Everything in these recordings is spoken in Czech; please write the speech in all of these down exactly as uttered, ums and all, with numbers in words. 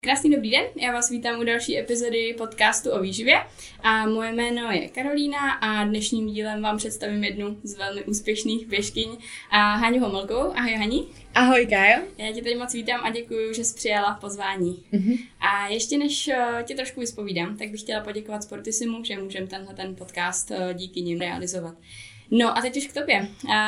Krásný dobrý den, já vás vítám u další epizody podcastu o výživě a moje jméno je Karolína a dnešním dílem vám představím jednu z velmi úspěšných běžkyň a Haňu Homolkovou. Ahoj Hani. Ahoj Kájo. Já tě tady moc vítám a děkuji, že jsi přijala pozvání. Mm-hmm. A ještě než tě trošku vyspovídám, tak bych chtěla poděkovat Sportisimu, že můžeme tenhle ten podcast díky nim realizovat. No a teď už k tobě.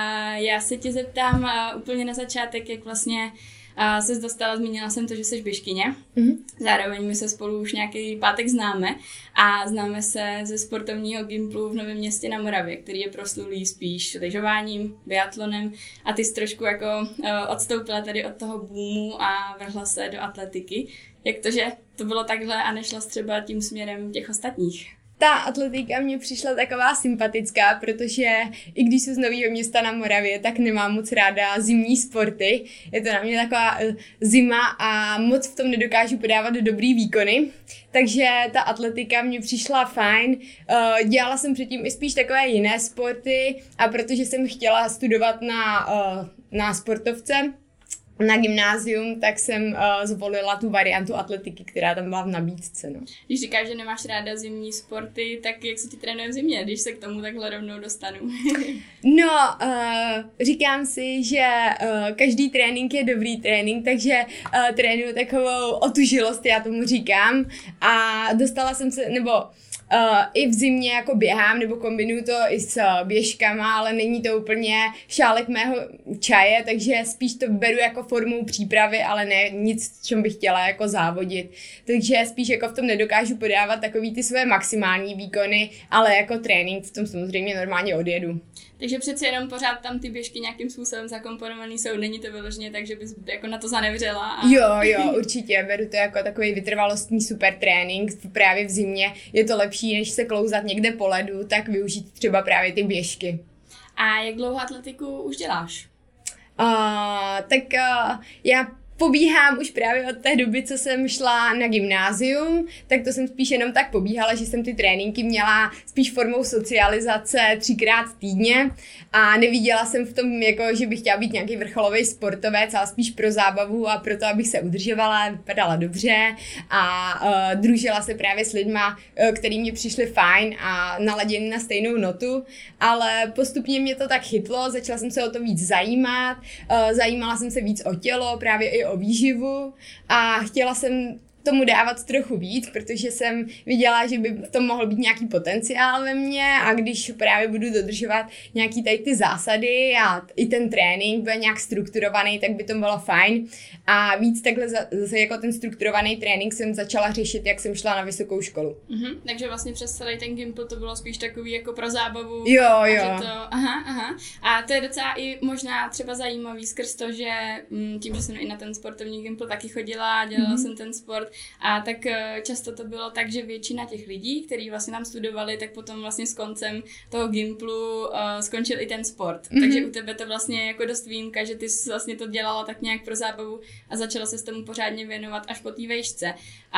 Já se tě zeptám úplně na začátek, jak vlastně a jsi dostala, zmínila jsem to, že jsi běžkyně. Mm-hmm. Zároveň my se spolu už nějaký pátek známe a známe se ze sportovního gymplu v Novém Městě na Moravě, který je proslulý spíš lyžováním, biatlonem a ty jsi trošku jako uh, odstoupila tady od toho boomu a vrhla se do atletiky. Jak to, že to bylo takhle a nešla jsi třeba tím směrem těch ostatních? Ta atletika mě přišla taková sympatická, protože i když jsem z Nového Města na Moravě, tak nemám moc ráda zimní sporty. Je to na mě taková zima a moc v tom nedokážu podávat dobrý výkony. Takže ta atletika mě přišla fajn. Dělala jsem předtím i spíš takové jiné sporty a protože jsem chtěla studovat na, na sportovce, na gymnázium, tak jsem uh, zvolila tu variantu atletiky, která tam byla v nabídce. No. Když říkáš, že nemáš ráda zimní sporty, tak jak se ti trénuje v zimě, když se k tomu takhle rovnou dostanu? no, uh, říkám si, že uh, každý trénink je dobrý trénink, takže uh, trénuju takovou otužilost, já tomu říkám. A dostala jsem se, nebo Uh, i v zimě jako běhám, nebo kombinuju to i s uh, běžkama, ale není to úplně šálek mého čaje, takže spíš to beru jako formou přípravy, ale ne nic, čem bych chtěla jako závodit. Takže spíš jako v tom nedokážu podávat takový ty své maximální výkony, ale jako trénink v tom samozřejmě normálně odjedu. Takže přeci jenom pořád tam ty běžky nějakým způsobem zakomponovaný jsou, není to vyloženě tak, že bys jako na to zanevřela. A... Jo, jo, určitě, beru to jako takový vytrvalostní super trénink, právě v zimě je to lepší, než se klouzat někde po ledu, tak využít třeba právě ty běžky. A jak dlouho atletiku už děláš? Uh, tak uh, já pobíhám už právě od té doby, co jsem šla na gymnázium, tak to jsem spíš jenom tak pobíhala, že jsem ty tréninky měla spíš formou socializace třikrát týdně a neviděla jsem v tom, jako, že bych chtěla být nějaký vrcholový sportovec, ale spíš pro zábavu a pro to, abych se udržovala, vypadala dobře a uh, družila se právě s lidma, uh, který mě přišli fajn a naladěni na stejnou notu, ale postupně mě to tak chytlo, začala jsem se o to víc zajímat, uh, zajímala jsem se víc o tělo, právě i o výživu a chtěla jsem tomu dávat trochu víc, protože jsem viděla, že by v tom mohl být nějaký potenciál ve mně a když právě budu dodržovat nějaký tady ty zásady a i ten trénink bude nějak strukturovaný, tak by to bylo fajn. A víc takhle zase jako ten strukturovaný trénink jsem začala řešit, jak jsem šla na vysokou školu. Mm-hmm, takže vlastně přes celý ten gympl to bylo spíš takový jako pro zábavu. Jo, jo. To, aha, aha. A to je docela i možná třeba zajímavý skrz to, že m, tím, že jsem i na ten sportovní gympl taky chodila, dělala mm-hmm. jsem ten sport, a tak často to bylo tak, že většina těch lidí, kteří vlastně tam studovali, tak potom vlastně s koncem toho gymplu uh, skončil i ten sport. Mm-hmm. Takže u tebe to vlastně jako dost výjimka, že ty jsi vlastně to dělala tak nějak pro zábavu a začala se s tomu pořádně věnovat až po té vejšce.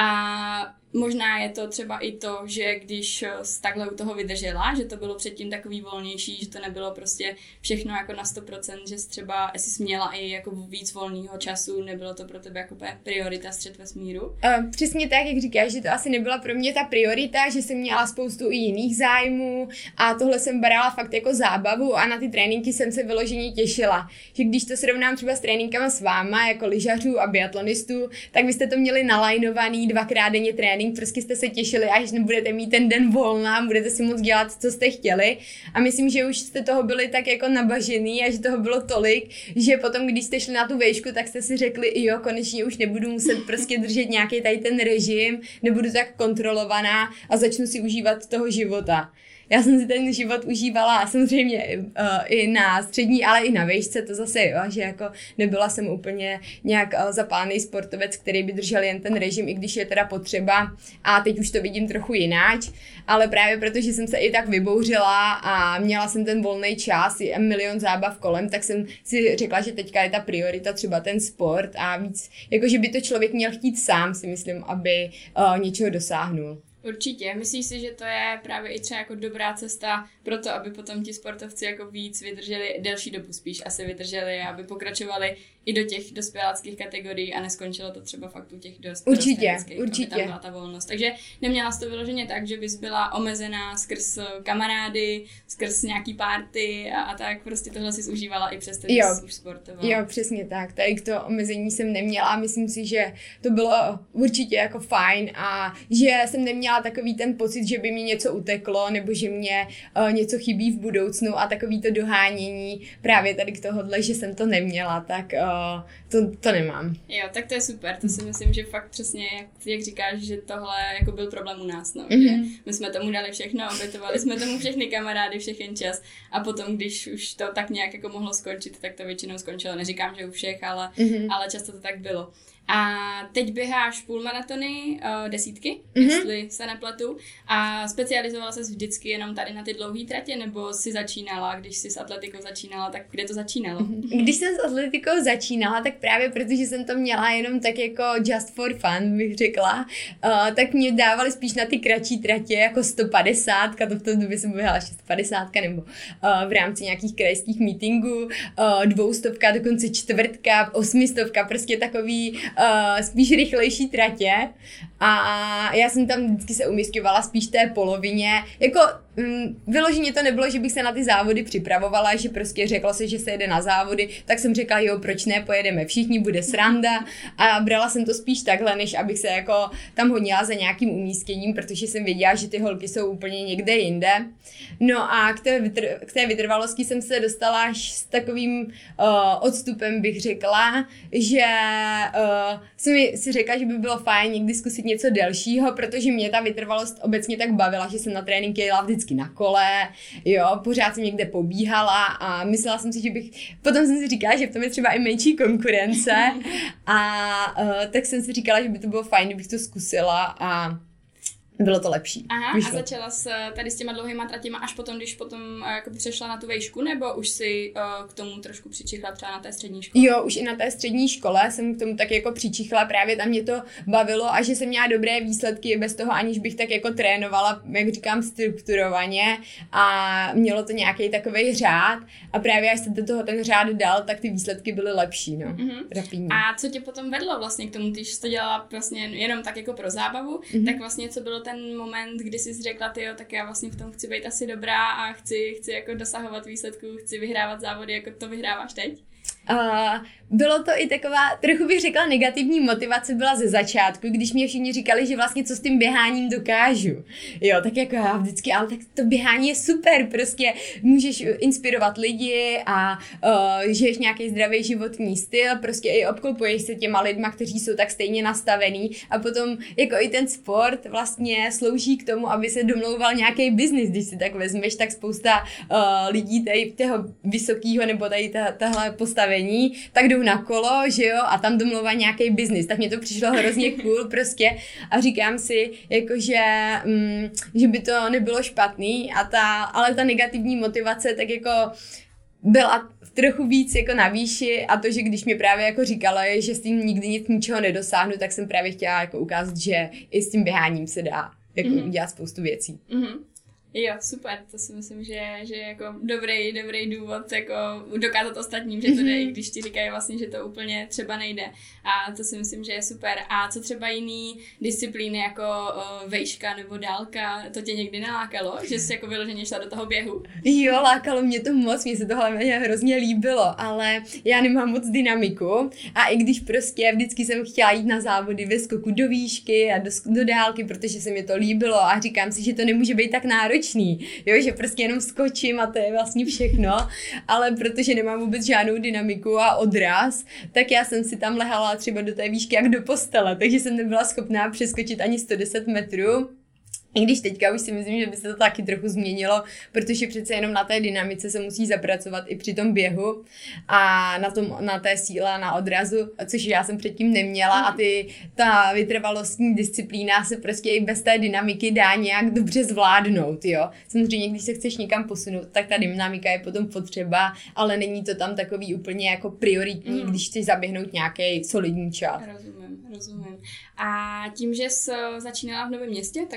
A možná je to třeba i to, že když jsi takhle u toho vydržela, že to bylo předtím takový volnější, že to nebylo prostě všechno jako na sto procent, že jsi třeba, jestli jsi měla i jako víc volného času, nebylo to pro tebe jako priorita střed vesmíru? Uh, přesně tak, jak říkáš, že to asi nebyla pro mě ta priorita, že jsem měla spoustu i jiných zájmů a tohle jsem brala fakt jako zábavu a na ty tréninky jsem se vyloženě těšila. Že když to srovnám třeba s tréninkama s váma, jako lyžařů a biatlonistů, tak byste to měli nalajnovaný dvakrát denně trénink, prostě jste se těšili, až nebudete mít ten den volna, budete si moc dělat, co jste chtěli. A myslím, že už jste toho byli tak jako nabažený a že toho bylo tolik, že potom, když jste šli na tu vejšku, tak jste si řekli, jo, konečně už nebudu muset prostě držet nějaký tady ten režim, nebudu tak kontrolovaná a začnu si užívat toho života. Já jsem si ten život užívala samozřejmě uh, i na střední, ale i na vejšce, to zase jo, že jako nebyla jsem úplně nějak uh, zapálený sportovec, který by držel jen ten režim, i když je teda potřeba a teď už to vidím trochu jináč, ale právě protože jsem se i tak vybouřila a měla jsem ten volný čas i milion zábav kolem, tak jsem si řekla, že teďka je ta priorita třeba ten sport a víc, jakože by to člověk měl chtít sám, si myslím, aby uh, něčeho dosáhnul. Určitě. Myslíš si, že to je právě i třeba jako dobrá cesta pro to, aby potom ti sportovci jako víc vydrželi, delší dobu spíš asi vydrželi, aby pokračovali i do těch dospěláckých kategorií a neskončilo to třeba fakt u těch dost Určitě, určitě. Tam byla ta volnost. Takže neměla jsi to vyloženě tak, že bys byla omezená skrz kamarády, skrz nějaký party a, a tak, prostě tohle jsi užívala i přesto, že jsi už sportovala. Jo, přesně tak, tady k to omezení jsem neměla a myslím si, že to bylo určitě jako fajn a že jsem neměla takový ten pocit, že by mi něco uteklo nebo že mě uh, něco chybí v budoucnu a takový to dohánění právě tady k tohohle, že jsem to neměla, tak uh, to, to nemám. Jo, tak to je super, to si myslím, že fakt přesně, jak, jak říkáš, že tohle jako byl problém u nás, no, Mm-hmm. že my jsme tomu dali všechno, obětovali jsme tomu všechny kamarády, všechen čas a potom, když už to tak nějak jako mohlo skončit, tak to většinou skončilo, neříkám, že u všech, ale, mm-hmm. ale často to tak bylo. A teď běháš půlmaratony, uh, desítky, mm-hmm. jestli se nepletu. A specializovala ses vždycky jenom tady na ty dlouhé tratě, nebo jsi začínala, když jsi s atletikou začínala, tak kde to začínalo? Mm-hmm. Když jsem s atletikou začínala, tak právě protože jsem to měla jenom tak jako just for fun, bych řekla, uh, tak mě dávali spíš na ty kratší tratě, jako sto padesát, to v té době jsem běhala sto padesát, nebo uh, v rámci nějakých krajských meetingů, uh, dvoustovka, dokonce čtvrtka, osmistovka, prostě takový Uh, spíš rychlejší tratě a já jsem tam vždycky se umísťovala spíš té polovině, jako um, vyloženě to nebylo, že bych se na ty závody připravovala, že prostě řeklo se, že se jede na závody, tak jsem řekla, jo, proč ne, pojedeme všichni, bude sranda a brala jsem to spíš takhle, než abych se jako tam honila za nějakým umístěním, protože jsem věděla, že ty holky jsou úplně někde jinde. No a k té, vytr- k té vytrvalosti jsem se dostala až s takovým uh, odstupem, bych řekla, že uh, jsem si řekla, že by bylo fajn někdy zkusit něco delšího, protože mě ta vytrvalost obecně tak bavila, že jsem na tréninky jela vždycky na kole, jo, pořád jsem někde pobíhala a myslela jsem si, že bych, potom jsem si říkala, že v tom je třeba i menší konkurence a uh, tak jsem si říkala, že by to bylo fajn, kdybych to zkusila a bylo to lepší. Aha, Vyšlo. A začala s tady s těma dlouhýma tratěma až potom, když potom jako přešla na tu vejšku, nebo už si uh, k tomu trošku přičichla třeba na té střední škole? Jo, už i na té střední škole jsem k tomu tak jako přičichla, právě tam mě to bavilo a že jsem měla dobré výsledky bez toho, aniž bych tak jako trénovala, jak říkám, strukturovaně a mělo to nějaký takovej řád a právě až se do toho ten řád dal, tak ty výsledky byly lepší, no, mm-hmm. rapidně. A co tě potom vedlo vlastně k tomu, když jsi to dělala vlastně jenom tak jako pro zábavu, mm-hmm. tak vlastně co bylo ten moment, kdy jsi řekla, tyjo, tak já vlastně v tom chci být asi dobrá a chci, chci jako dosahovat výsledků, chci vyhrávat závody, jako to vyhráváš teď? Uh, bylo to i taková, trochu bych řekla, negativní motivace byla ze začátku, když mě všichni říkali, že vlastně co s tím běháním dokážu. Jo, tak jako já vždycky, ale tak to běhání je super, prostě můžeš inspirovat lidi a uh, žiješ nějaký zdravý životní styl, prostě i obklopuješ se těma lidma, kteří jsou tak stejně nastavený a potom jako i ten sport vlastně slouží k tomu, aby se domlouval nějaký biznis, když si tak vezmeš, tak spousta uh, lidí tady toho vysokého nebo tady ta, tahle postavení, tak jdou na kolo, že jo, a tam domlouvá nějaký biznis. Tak mně to přišlo hrozně cool prostě a říkám si, jakože, mm, že by to nebylo špatný, a ta, ale ta negativní motivace tak jako byla trochu víc jako na výši a to, že když mi právě jako říkala, že s tím nikdy nic ničeho nedosáhnu, tak jsem právě chtěla jako ukázat, že i s tím běháním se dá jako mm-hmm. udělat spoustu věcí. Mm-hmm. Jo, super, to si myslím, že je jako dobrý, dobrý důvod jako dokázat ostatním, že to jde, i když ti říkají vlastně, že to úplně třeba nejde. A to si myslím, že je super. A co třeba jiný disciplíny jako uh, vejška nebo dálka, to tě někdy nalákalo, že jsi jako vyloženě šla do toho běhu? Jo, lákalo mě to moc, mě se to hlavně hrozně líbilo, ale já nemám moc dynamiku a i když prostě vždycky jsem chtěla jít na závody ve skoku do výšky a do, do dálky, protože se mi to líbilo a říkám si, že to nemůže být tak náročný. Jo, že prostě jenom skočím a to je vlastně všechno, ale protože nemám vůbec žádnou dynamiku a odraz, tak já jsem si tam lehala třeba do té výšky jak do postele, takže jsem nebyla schopná přeskočit ani sto deset metrů. I když teďka už si myslím, že by se to taky trochu změnilo, protože přece jenom na té dynamice se musí zapracovat i při tom běhu a na, tom, na té síle, na odrazu, což já jsem předtím neměla a ty, ta vytrvalostní disciplína se prostě i bez té dynamiky dá nějak dobře zvládnout, jo. Samozřejmě, když se chceš někam posunout, tak ta dynamika je potom potřeba, ale není to tam takový úplně jako prioritní, mm. když chceš zaběhnout nějaký solidní čas. Rozumím, rozumím. A tím, že jsi začínala v Novém Městě, tak předpokládám,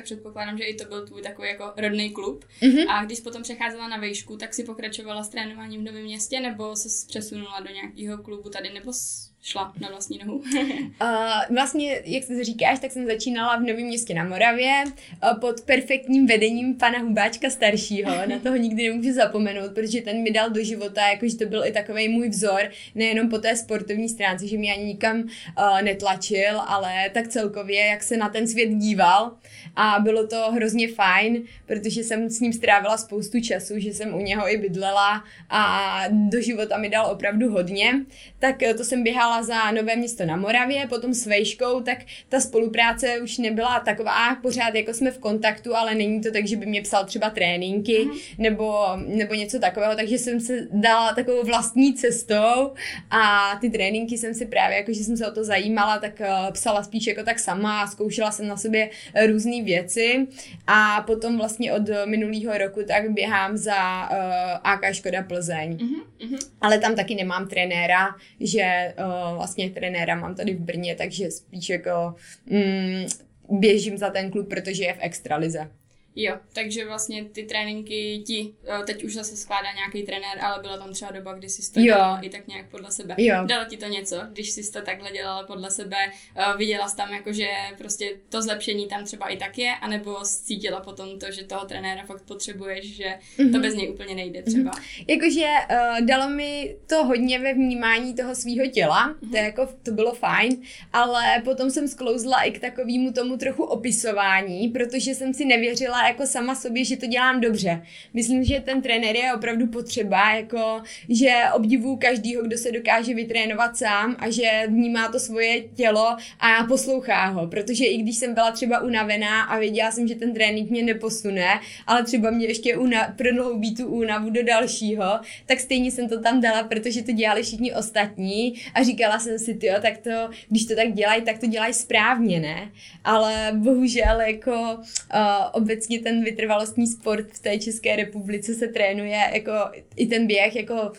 předpokládám, že i to byl tvůj takový jako rodný klub. Mm-hmm. A když potom přecházela na vejšku, tak si pokračovala s trénováním v Novém Městě, nebo se přesunula do nějakého klubu tady, nebo šla na vlastní nohu? uh, vlastně, jak se říkáš, tak jsem začínala v Novém Městě na Moravě uh, pod perfektním vedením pana Hubáčka staršího. Na toho nikdy nemůžu zapomenout, protože ten mi dal do života, jakože to byl i takovej můj vzor, nejenom po té sportovní stránce, že mě ani nikam uh, netlačil, ale tak celkově, jak se na ten svět díval. A bylo to hrozně fajn, protože jsem s ním strávila spoustu času, že jsem u něho i bydlela a do života mi dal opravdu hodně. Tak to jsem běhala za Nové Město na Moravě, potom s vejškou, tak ta spolupráce už nebyla taková, pořád jako jsme v kontaktu, ale není to tak, že by mě psal třeba tréninky mm. nebo, nebo něco takového, takže jsem se dala takovou vlastní cestou a ty tréninky jsem si právě, jakože jsem se o to zajímala, tak uh, psala spíš jako tak sama a zkoušela jsem na sobě různé věci a potom vlastně od minulého roku tak běhám za uh, á ká Škoda Plzeň. Mm-hmm. Ale tam taky nemám trenéra, že uh, vlastně trenéra mám tady v Brně, takže spíš jako mm, běžím za ten klub, protože je v extralize. Jo, takže vlastně ty tréninky ti, teď už zase skládá nějaký trenér, ale byla tam třeba doba, kdy jsi to dělala i tak nějak podle sebe. Jo. Dalo ti to něco, když jsi to takhle dělala podle sebe, viděla jsi tam jako, že prostě to zlepšení tam třeba i tak je, anebo cítila potom to, že toho trenéra fakt potřebuješ, že mm-hmm. to bez něj úplně nejde třeba. Mm-hmm. Jakože uh, dalo mi to hodně ve vnímání toho svýho těla, mm-hmm. to, jako, to bylo fajn, ale potom jsem sklouzla i k takovému tomu trochu opisování, protože jsem si nevěřila jako sama sobě, že to dělám dobře. Myslím, že ten trenér je opravdu potřeba, jako, že obdivuju každýho, kdo se dokáže vytrénovat sám a že vnímá to svoje tělo a poslouchá ho, protože i když jsem byla třeba unavená a věděla jsem, že ten trénink mě neposune, ale třeba mě ještě una- prodloubí tu únavu do dalšího, tak stejně jsem to tam dala, protože to dělali všichni ostatní a říkala jsem si, tyjo, tak to, když to tak dělají, tak to dělají správně, ne? Ale bohužel jako uh, obecně ten vytrvalostní sport v té České republice se trénuje jako i ten běh jako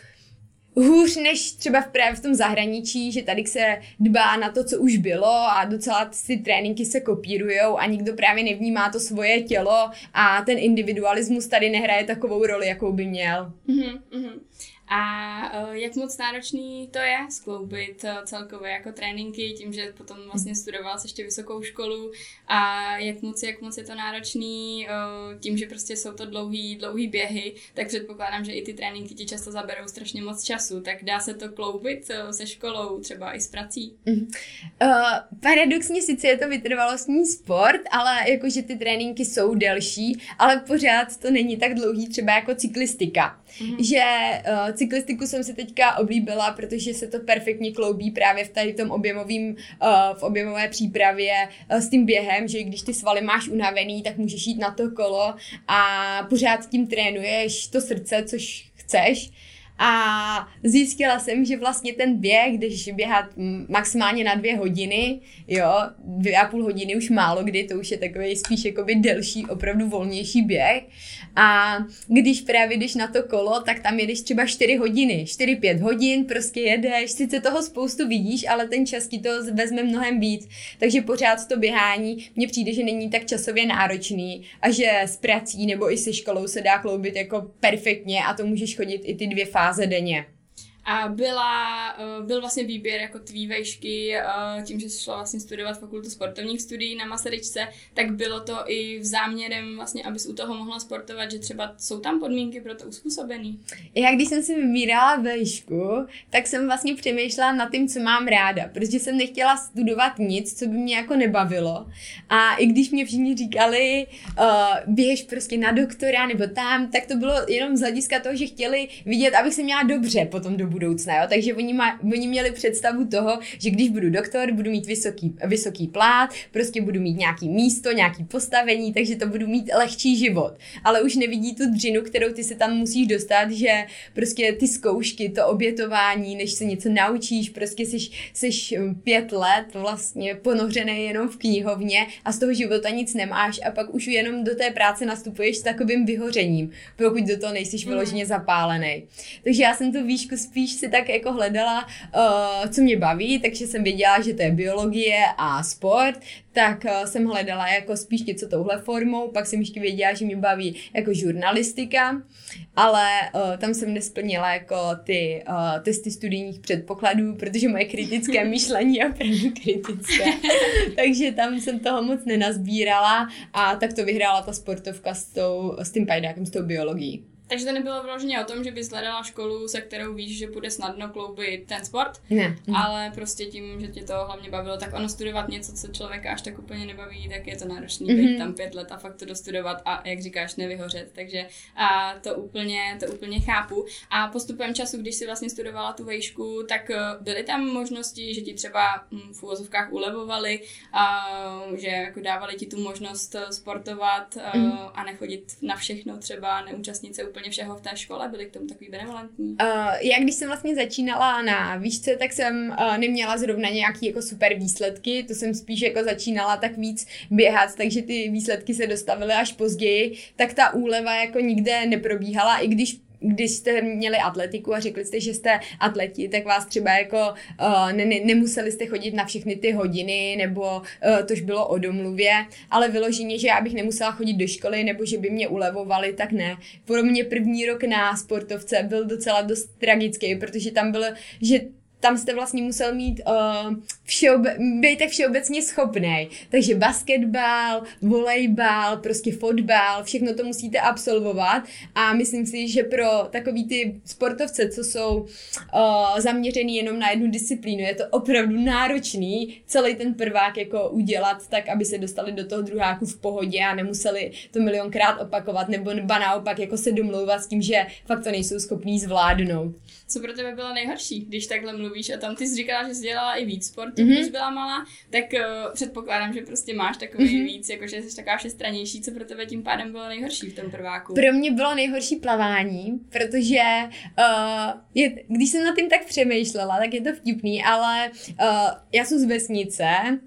hůř než třeba v právě v tom zahraničí, že tady se dbá na to, co už bylo a docela ty tréninky se kopírujou a nikdo právě nevnímá to svoje tělo a ten individualismus tady nehraje takovou roli, jakou by měl. Mm-hmm, mm-hmm. A uh, jak moc náročný to je skloubit uh, celkově jako tréninky, tím, že potom vlastně studoval jsi ještě vysokou školu a jak moc, jak moc je to náročný, uh, tím, že prostě jsou to dlouhý, dlouhý běhy, tak předpokládám, že i ty tréninky ti často zaberou strašně moc času, tak dá se to kloubit uh, se školou, třeba i s prací? Mm. Uh, paradoxně sice je to vytrvalostní sport, ale jakože ty tréninky jsou delší, ale pořád to není tak dlouhý třeba jako cyklistika. Mm. Že uh, cyklistiku jsem si teďka oblíbila, protože se to perfektně kloubí právě v tady tom objemovým, uh, v objemové přípravě uh, s tím během, že když ty svaly máš unavený, tak můžeš jít na to kolo a pořád tím trénuješ to srdce, což chceš. A zjistila jsem, že vlastně ten běh, když běhat maximálně na dvě hodiny, jo, dvě a půl hodiny už málo kdy, to už je takový spíš jakoby delší, opravdu volnější běh. A když právě jdeš na to kolo, tak tam jedeš třeba čtyři hodiny, čtyři pět hodin, prostě jedeš, sice toho spoustu vidíš, ale ten čas ti to vezme mnohem víc. Takže pořád to běhání mně přijde, že není tak časově náročný a že s prací nebo i se školou se dá kloubit jako perfektně a to můžeš chodit i ty dvě fáze denně. A byla, byl vlastně výběr jako tvý vejšky, tím, že jsi šla vlastně studovat fakultu sportovních studií na Masaryčce, tak bylo to i v záměrem vlastně, abys u toho mohla sportovat, že třeba jsou tam podmínky pro to uspůsobený? Já když jsem si vybírala vejšku, tak jsem vlastně přemýšlela nad tím, co mám ráda, protože jsem nechtěla studovat nic, co by mě jako nebavilo. A i když mě všichni říkali, uh, běž prostě na doktora nebo tam, tak to bylo jenom z hlediska toho, že chtěli vidět, abych se měla dobře potom do budoucna, jo? Takže oni, ma, oni měli představu toho, že když budu doktor, budu mít vysoký, vysoký plát, prostě budu mít nějaký místo, nějaký postavení, takže to budu mít lehčí život. Ale už nevidí tu dřinu, kterou ty se tam musíš dostat, že prostě ty zkoušky, to obětování, než se něco naučíš, prostě jsi, jsi pět let vlastně ponořený jenom v knihovně a z toho života nic nemáš a pak už jenom do té práce nastupuješ s takovým vyhořením, pokud do toho nejsiš vyloženě zapálený. Takže já jsem tu výšku spíš spíš si tak jako hledala, uh, co mě baví, takže jsem věděla, že to je biologie a sport, tak uh, jsem hledala jako spíš něco touhle formou, pak jsem ještě věděla, že mě baví jako žurnalistika, ale uh, tam jsem nesplnila jako ty uh, testy studijních předpokladů, protože moje kritické myšlení je opravdu kritické. Takže tam jsem toho moc nenazbírala a tak to vyhrála ta sportovka s, tou, s tím pajdákem, s tou biologií. Takže to nebylo vyloženě o tom, že bys hledala školu, se kterou víš, že bude snadno kloubit ten sport, ne. Ale prostě tím, že tě to hlavně bavilo, tak ono studovat něco, co člověka až tak úplně nebaví, tak je to náročný mm-hmm. být tam pět let a fakt to dostudovat a jak říkáš, nevyhořet. Takže a to úplně, to úplně chápu. A postupem času, když jsi vlastně studovala tu vejšku, tak byly tam možnosti, že ti třeba v úvozovkách ulevovali, a že jako dávali ti tu možnost sportovat a, mm-hmm. a nechodit na všechno, třeba neúčastnit se úplně všeho v té škole, byly k tomu takový benevolentní? Uh, já když jsem vlastně začínala na výšce, tak jsem uh, neměla zrovna nějaký jako super výsledky, to jsem spíš jako začínala tak víc běhat, takže ty výsledky se dostavily až později, tak ta úleva jako nikde neprobíhala, i když když jste měli atletiku a řekli jste, že jste atleti, tak vás třeba jako uh, ne, ne, nemuseli jste chodit na všechny ty hodiny, nebo uh, tož bylo o domluvě, ale vyloženě, že já bych nemusela chodit do školy, nebo že by mě ulevovali, tak ne. Pro mě první rok na sportovce byl docela dost tragický, protože tam bylo, že tam jste vlastně musel mít uh, všeobe- být tak všeobecně schopnej. Takže basketbal, volejbal, prostě fotbal, všechno to musíte absolvovat a myslím si, že pro takový ty sportovce, co jsou uh, zaměřený jenom na jednu disciplínu, je to opravdu náročný celý ten prvák jako udělat tak, aby se dostali do toho druháku v pohodě a nemuseli to milionkrát opakovat, nebo ba naopak jako se domlouvat s tím, že fakt to nejsou schopní zvládnout. Co pro tebe bylo nejhorší, když takhle mluvíš a tam ty jsi říkala, že jsi dělala i víc sportu, mm-hmm. když byla malá, tak uh, předpokládám, že prostě máš takový mm-hmm. víc, jakože jsi taková všestranější. Co pro tebe tím pádem bylo nejhorší v tom prváku? Pro mě bylo nejhorší plavání, protože uh, je, když jsem nad tím tak přemýšlela, tak je to vtipný, ale uh, já jsem z vesnice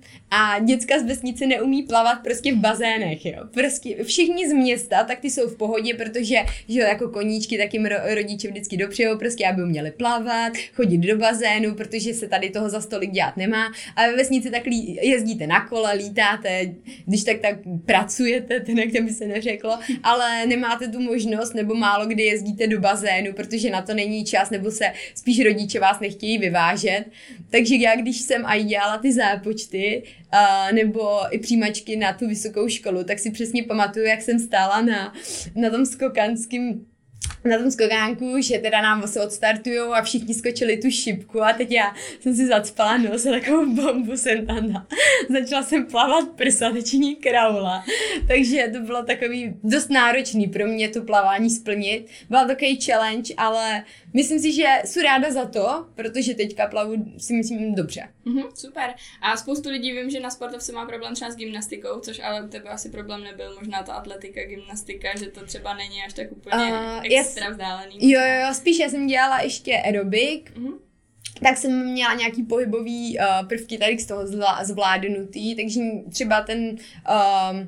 a děcka z vesnice neumí plavat prostě v bazénech, jo. Prostě všichni z města, tak ty jsou v pohodě, protože že jako koníčky, tak jim ro- rodiče vždycky dopřejou, prostě aby uměli plavat, chodit do bazénu, protože se tady toho za stolik dělat nemá. A ve vesnici tak lí, jezdíte na kole, lítáte, když tak tak pracujete, ten jak by se neřeklo, ale nemáte tu možnost, nebo málo kdy jezdíte do bazénu, protože na to není čas, nebo se spíš rodiče vás nechtějí vyvážet. Takže já, když jsem aj dělala ty zápočty, Uh, nebo i přijímačky na tu vysokou školu, tak si přesně pamatuju, jak jsem stála na, na tom skokanském na tom skokánku, že teda nám se odstartujou a všichni skočili tu šipku a teď já jsem si zacpala nos a takovou bombu jsem tam dala. Začala jsem plavat prsa, tečení kraula. Takže to bylo takový dost náročný pro mě to plavání splnit. Byla takový challenge, ale myslím si, že jsem ráda za to, protože teďka plavu si myslím dobře. Mm-hmm, super. A spoustu lidí vím, že na sportovce má problém třeba s gymnastikou, což ale u tebe asi problém nebyl, možná ta atletika, gymnastika, že to třeba není až tak úplně uh, extra yes. vzdálený. Jo, jo, spíš já jsem dělala ještě aerobik, mm-hmm. tak jsem měla nějaký pohybový uh, prvky tady z toho zvlá- zvládnutý, takže třeba ten uh,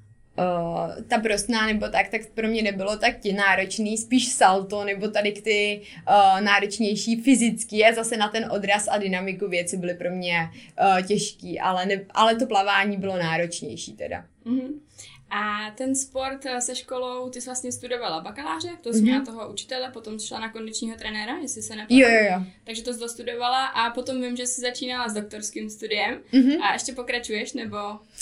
Uh, ta prostná nebo tak, tak pro mě nebylo tak tě náročný, spíš salto nebo tady k ty uh, náročnější fyzický a zase na ten odraz a dynamiku věci byly pro mě uh, těžký, ale, ne, ale to plavání bylo náročnější teda. Mm-hmm. A ten sport se školou, ty jsi vlastně studovala bakaláře, to jsi měla mm-hmm. toho učitele, potom jsi šla na kondičního trenéra, jestli se nepamatuji. Jo, jo, jo. Takže to jsi dostudovala a potom vím, že jsi začínala s doktorským studiem mm-hmm. a ještě pokračuješ, nebo?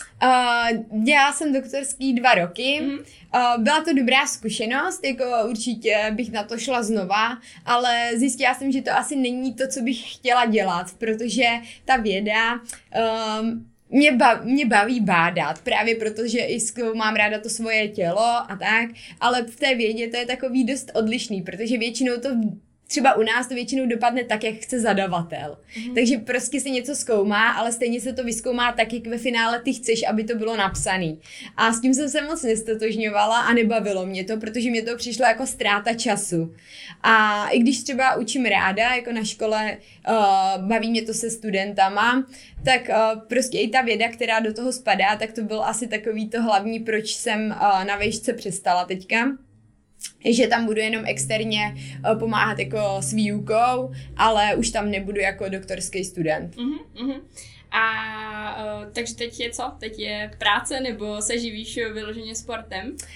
Uh, dělala jsem doktorský dva roky, mm-hmm. uh, byla to dobrá zkušenost, jako určitě bych na to šla znova, ale zjistila jsem, že to asi není to, co bych chtěla dělat, protože ta věda... Um, Mě, bav, mě baví bádat, právě protože i mám ráda to svoje tělo a tak, ale v té vědě to je takový dost odlišný, protože většinou to, třeba u nás to většinou dopadne tak, jak chce zadavatel. Mm. Takže prostě se něco zkoumá, ale stejně se to vyzkoumá tak, jak ve finále ty chceš, aby to bylo napsaný. A s tím jsem se moc nestotožňovala a nebavilo mě to, protože mě to přišlo jako ztráta času. A i když třeba učím ráda, jako na škole, uh, baví mě to se studentama, tak uh, prostě i ta věda, která do toho spadá, tak to byl asi takový to hlavní, proč jsem uh, na vejšce přestala teďka. že tam budu jenom externě uh, pomáhat jako s výukou, ale už tam nebudu jako doktorský student. Uh-huh, uh-huh. A uh, takže teď je co? Teď je práce nebo se živíš vyloženě sportem? Uh,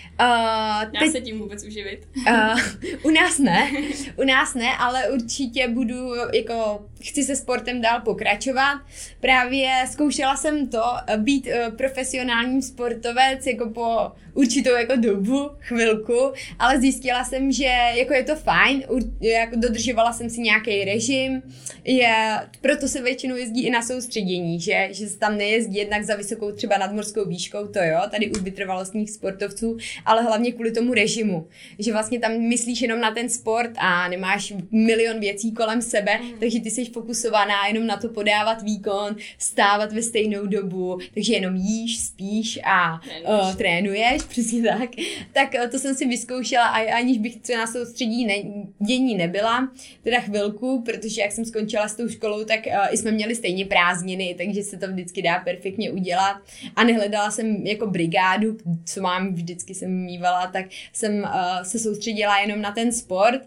Dá teď, se tím vůbec uživit? Uh, u nás ne, u nás ne, ale určitě budu, jako chci se sportem dál pokračovat. Právě zkoušela jsem to, být uh, profesionálním sportovec jako po určitou jako dobu, chvilku, ale zjistila jsem, že jako je to fajn, jako dodržovala jsem si nějaký režim, je, proto se většinou jezdí i na soustředění, že, že se tam nejezdí jednak za vysokou třeba nadmořskou výškou, to jo, tady u vytrvalostních sportovců, ale hlavně kvůli tomu režimu, že vlastně tam myslíš jenom na ten sport a nemáš milion věcí kolem sebe, mm. takže ty jsi fokusovaná jenom na to podávat výkon, stávat ve stejnou dobu, takže jenom jíš, spíš a uh, trénuješ, přesně tak. Tak uh, to jsem si vyzkoušela a aniž bych co na soustředí ne, dění nebyla, teda chvilku, protože jak jsem skončila s tou školou, tak uh, i jsme měli stejně prázdniny, takže se to vždycky dá perfektně udělat a nehledala jsem jako brigádu, co mám, vždycky jsem mývala, tak jsem uh, se soustředila jenom na ten sport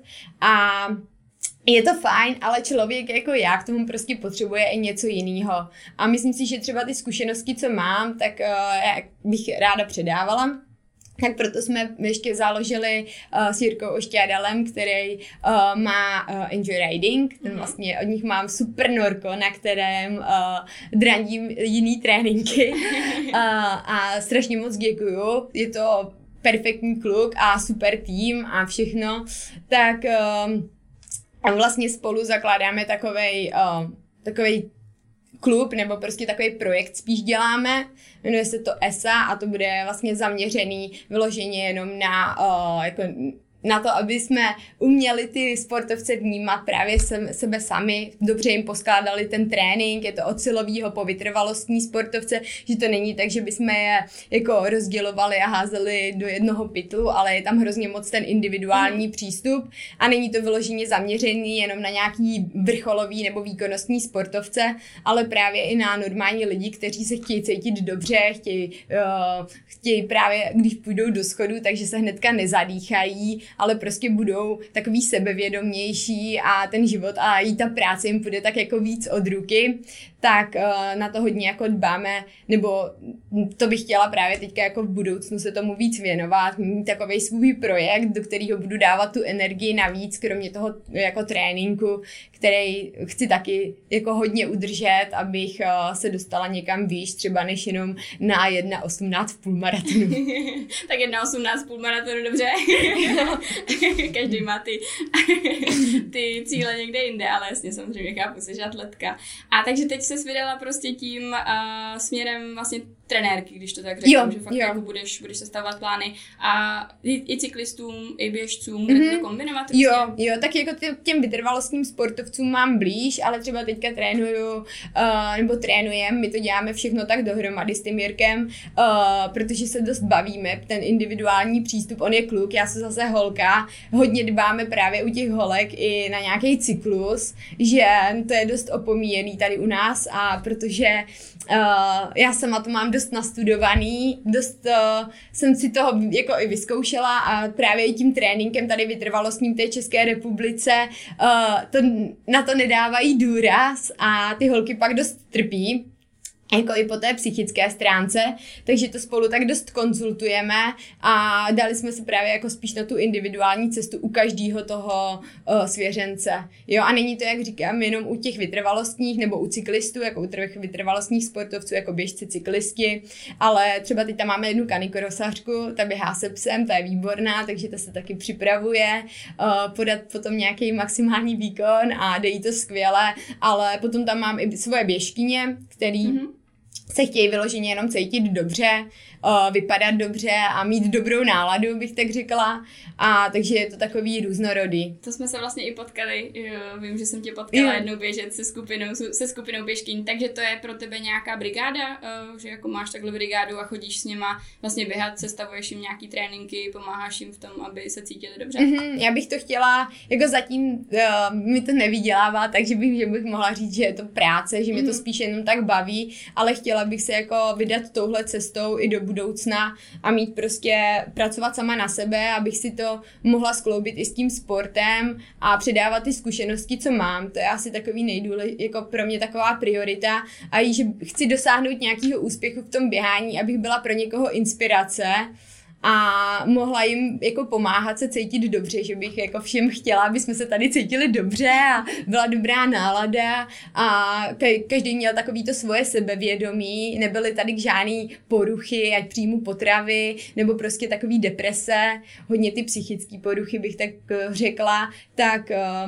a je to fajn, ale člověk jako já k tomu prostě potřebuje i něco jiného. A myslím si, že třeba ty zkušenosti, co mám, tak uh, bych ráda předávala. Tak proto jsme ještě založili uh, s Jirkou Ošťádalem, který uh, má uh, Enjoy Riding. Ten vlastně od nich mám super norko, na kterém uh, drandím jiný tréninky. uh, a strašně moc děkuju. Je to perfektní kluk a super tým a všechno. Tak uh, a vlastně spolu zakládáme takovej, uh, takovej klub, nebo prostě takový projekt spíš děláme, jmenuje se to E S A a to bude vlastně zaměřený vyloženě jenom na uh, jako na to, aby jsme uměli ty sportovce vnímat právě sebe sami, dobře jim poskládali ten trénink, je to od silovýho po vytrvalostní sportovce, že to není tak, že bychom je jako rozdělovali a házeli do jednoho pytlu, ale je tam hrozně moc ten individuální mm. přístup a není to vyloženě zaměřený jenom na nějaký vrcholový nebo výkonnostní sportovce, ale právě i na normální lidi, kteří se chtějí cítit dobře, chtějí, uh, chtějí právě, když půjdou do schodu, takže se hnedka nezadýchají, ale prostě budou takový sebevědomější a ten život a i ta práce jim půjde tak jako víc od ruky, tak uh, na to hodně jako dbáme, nebo to bych chtěla právě teďka jako v budoucnu se tomu víc věnovat, mít takovej svůj projekt, do kterého budu dávat tu energii navíc, kromě toho jako tréninku, který chci taky jako hodně udržet, abych uh, se dostala někam výš, třeba než jenom na jedna osmnáct půlmaratonu. Tak jedna osmnáct půlmaratonu, dobře. Každý má ty, ty cíle někde jinde, ale jasně samozřejmě chápu, jsi atletka. A takže teď se vydala prostě tím uh, směrem vlastně trenérky, když to tak řeknu, jo, že fakt jako budeš, budeš sestavovat plány a i, i cyklistům, i běžcům, kde mm-hmm. to kombinovat? Jo, jo, tak jako těm vytrvalostním sportovcům mám blíž, ale třeba teďka trénuju, uh, nebo trénujem, my to děláme všechno tak dohromady s tím Jirkem, uh, protože se dost bavíme, ten individuální přístup, on je kluk, já jsem zase holka, hodně dbáme právě u těch holek i na nějaký cyklus, že to je dost opomíjený tady u nás a protože uh, já sama to mám dost nastudovaný, dost uh, jsem si toho jako i vyzkoušela a právě i tím tréninkem tady vytrvalostním té České republice uh, to, na to nedávají důraz a ty holky pak dost trpí, jako i po té psychické stránce, takže to spolu tak dost konzultujeme a dali jsme se právě jako spíš na tu individuální cestu u každého toho uh, svěřence. Jo, a není to, jak říkám, jenom u těch vytrvalostních nebo u cyklistů, jako u těch vytrvalostních sportovců, jako běžci, cyklisti, ale třeba teď tam máme jednu kanikorosařku, ta běhá se psem, ta je výborná, takže ta se taky připravuje uh, podat potom nějaký maximální výkon a jde jí to skvěle, ale potom tam mám i svoje běžkyně, který mm-hmm. se chtějí vyloženě jenom cítit dobře, uh, vypadat dobře a mít dobrou náladu, bych tak řekla. A takže je to takový různorodý. To jsme se vlastně i potkali. Jo, vím, že jsem tě potkala jo. jednou běžet se skupinou, se skupinou běžkyň, takže to je pro tebe nějaká brigáda, uh, že jako máš takhle brigádu a chodíš s nima vlastně běhat, sestavuješ jim nějaký tréninky, pomáháš jim v tom, aby se cítili dobře. Mm-hmm, já bych to chtěla, jako zatím uh, mi to nevydělává, takže bych, že bych mohla říct, že je to práce, že mě to spíš jenom tak baví, ale chtěla chtěla bych se jako vydat touhle cestou i do budoucna a mít prostě, pracovat sama na sebe, abych si to mohla skloubit i s tím sportem a předávat ty zkušenosti, co mám. To je asi takový nejdůležitější, jako pro mě taková priorita a i, že chci dosáhnout nějakého úspěchu v tom běhání, abych byla pro někoho inspirace a mohla jim jako pomáhat se cítit dobře, že bych jako všem chtěla, aby jsme se tady cítili dobře a byla dobrá nálada a každý měl takový to svoje sebevědomí, nebyly tady žádný poruchy, ať příjmu potravy, nebo prostě takový deprese, hodně ty psychické poruchy bych tak řekla, tak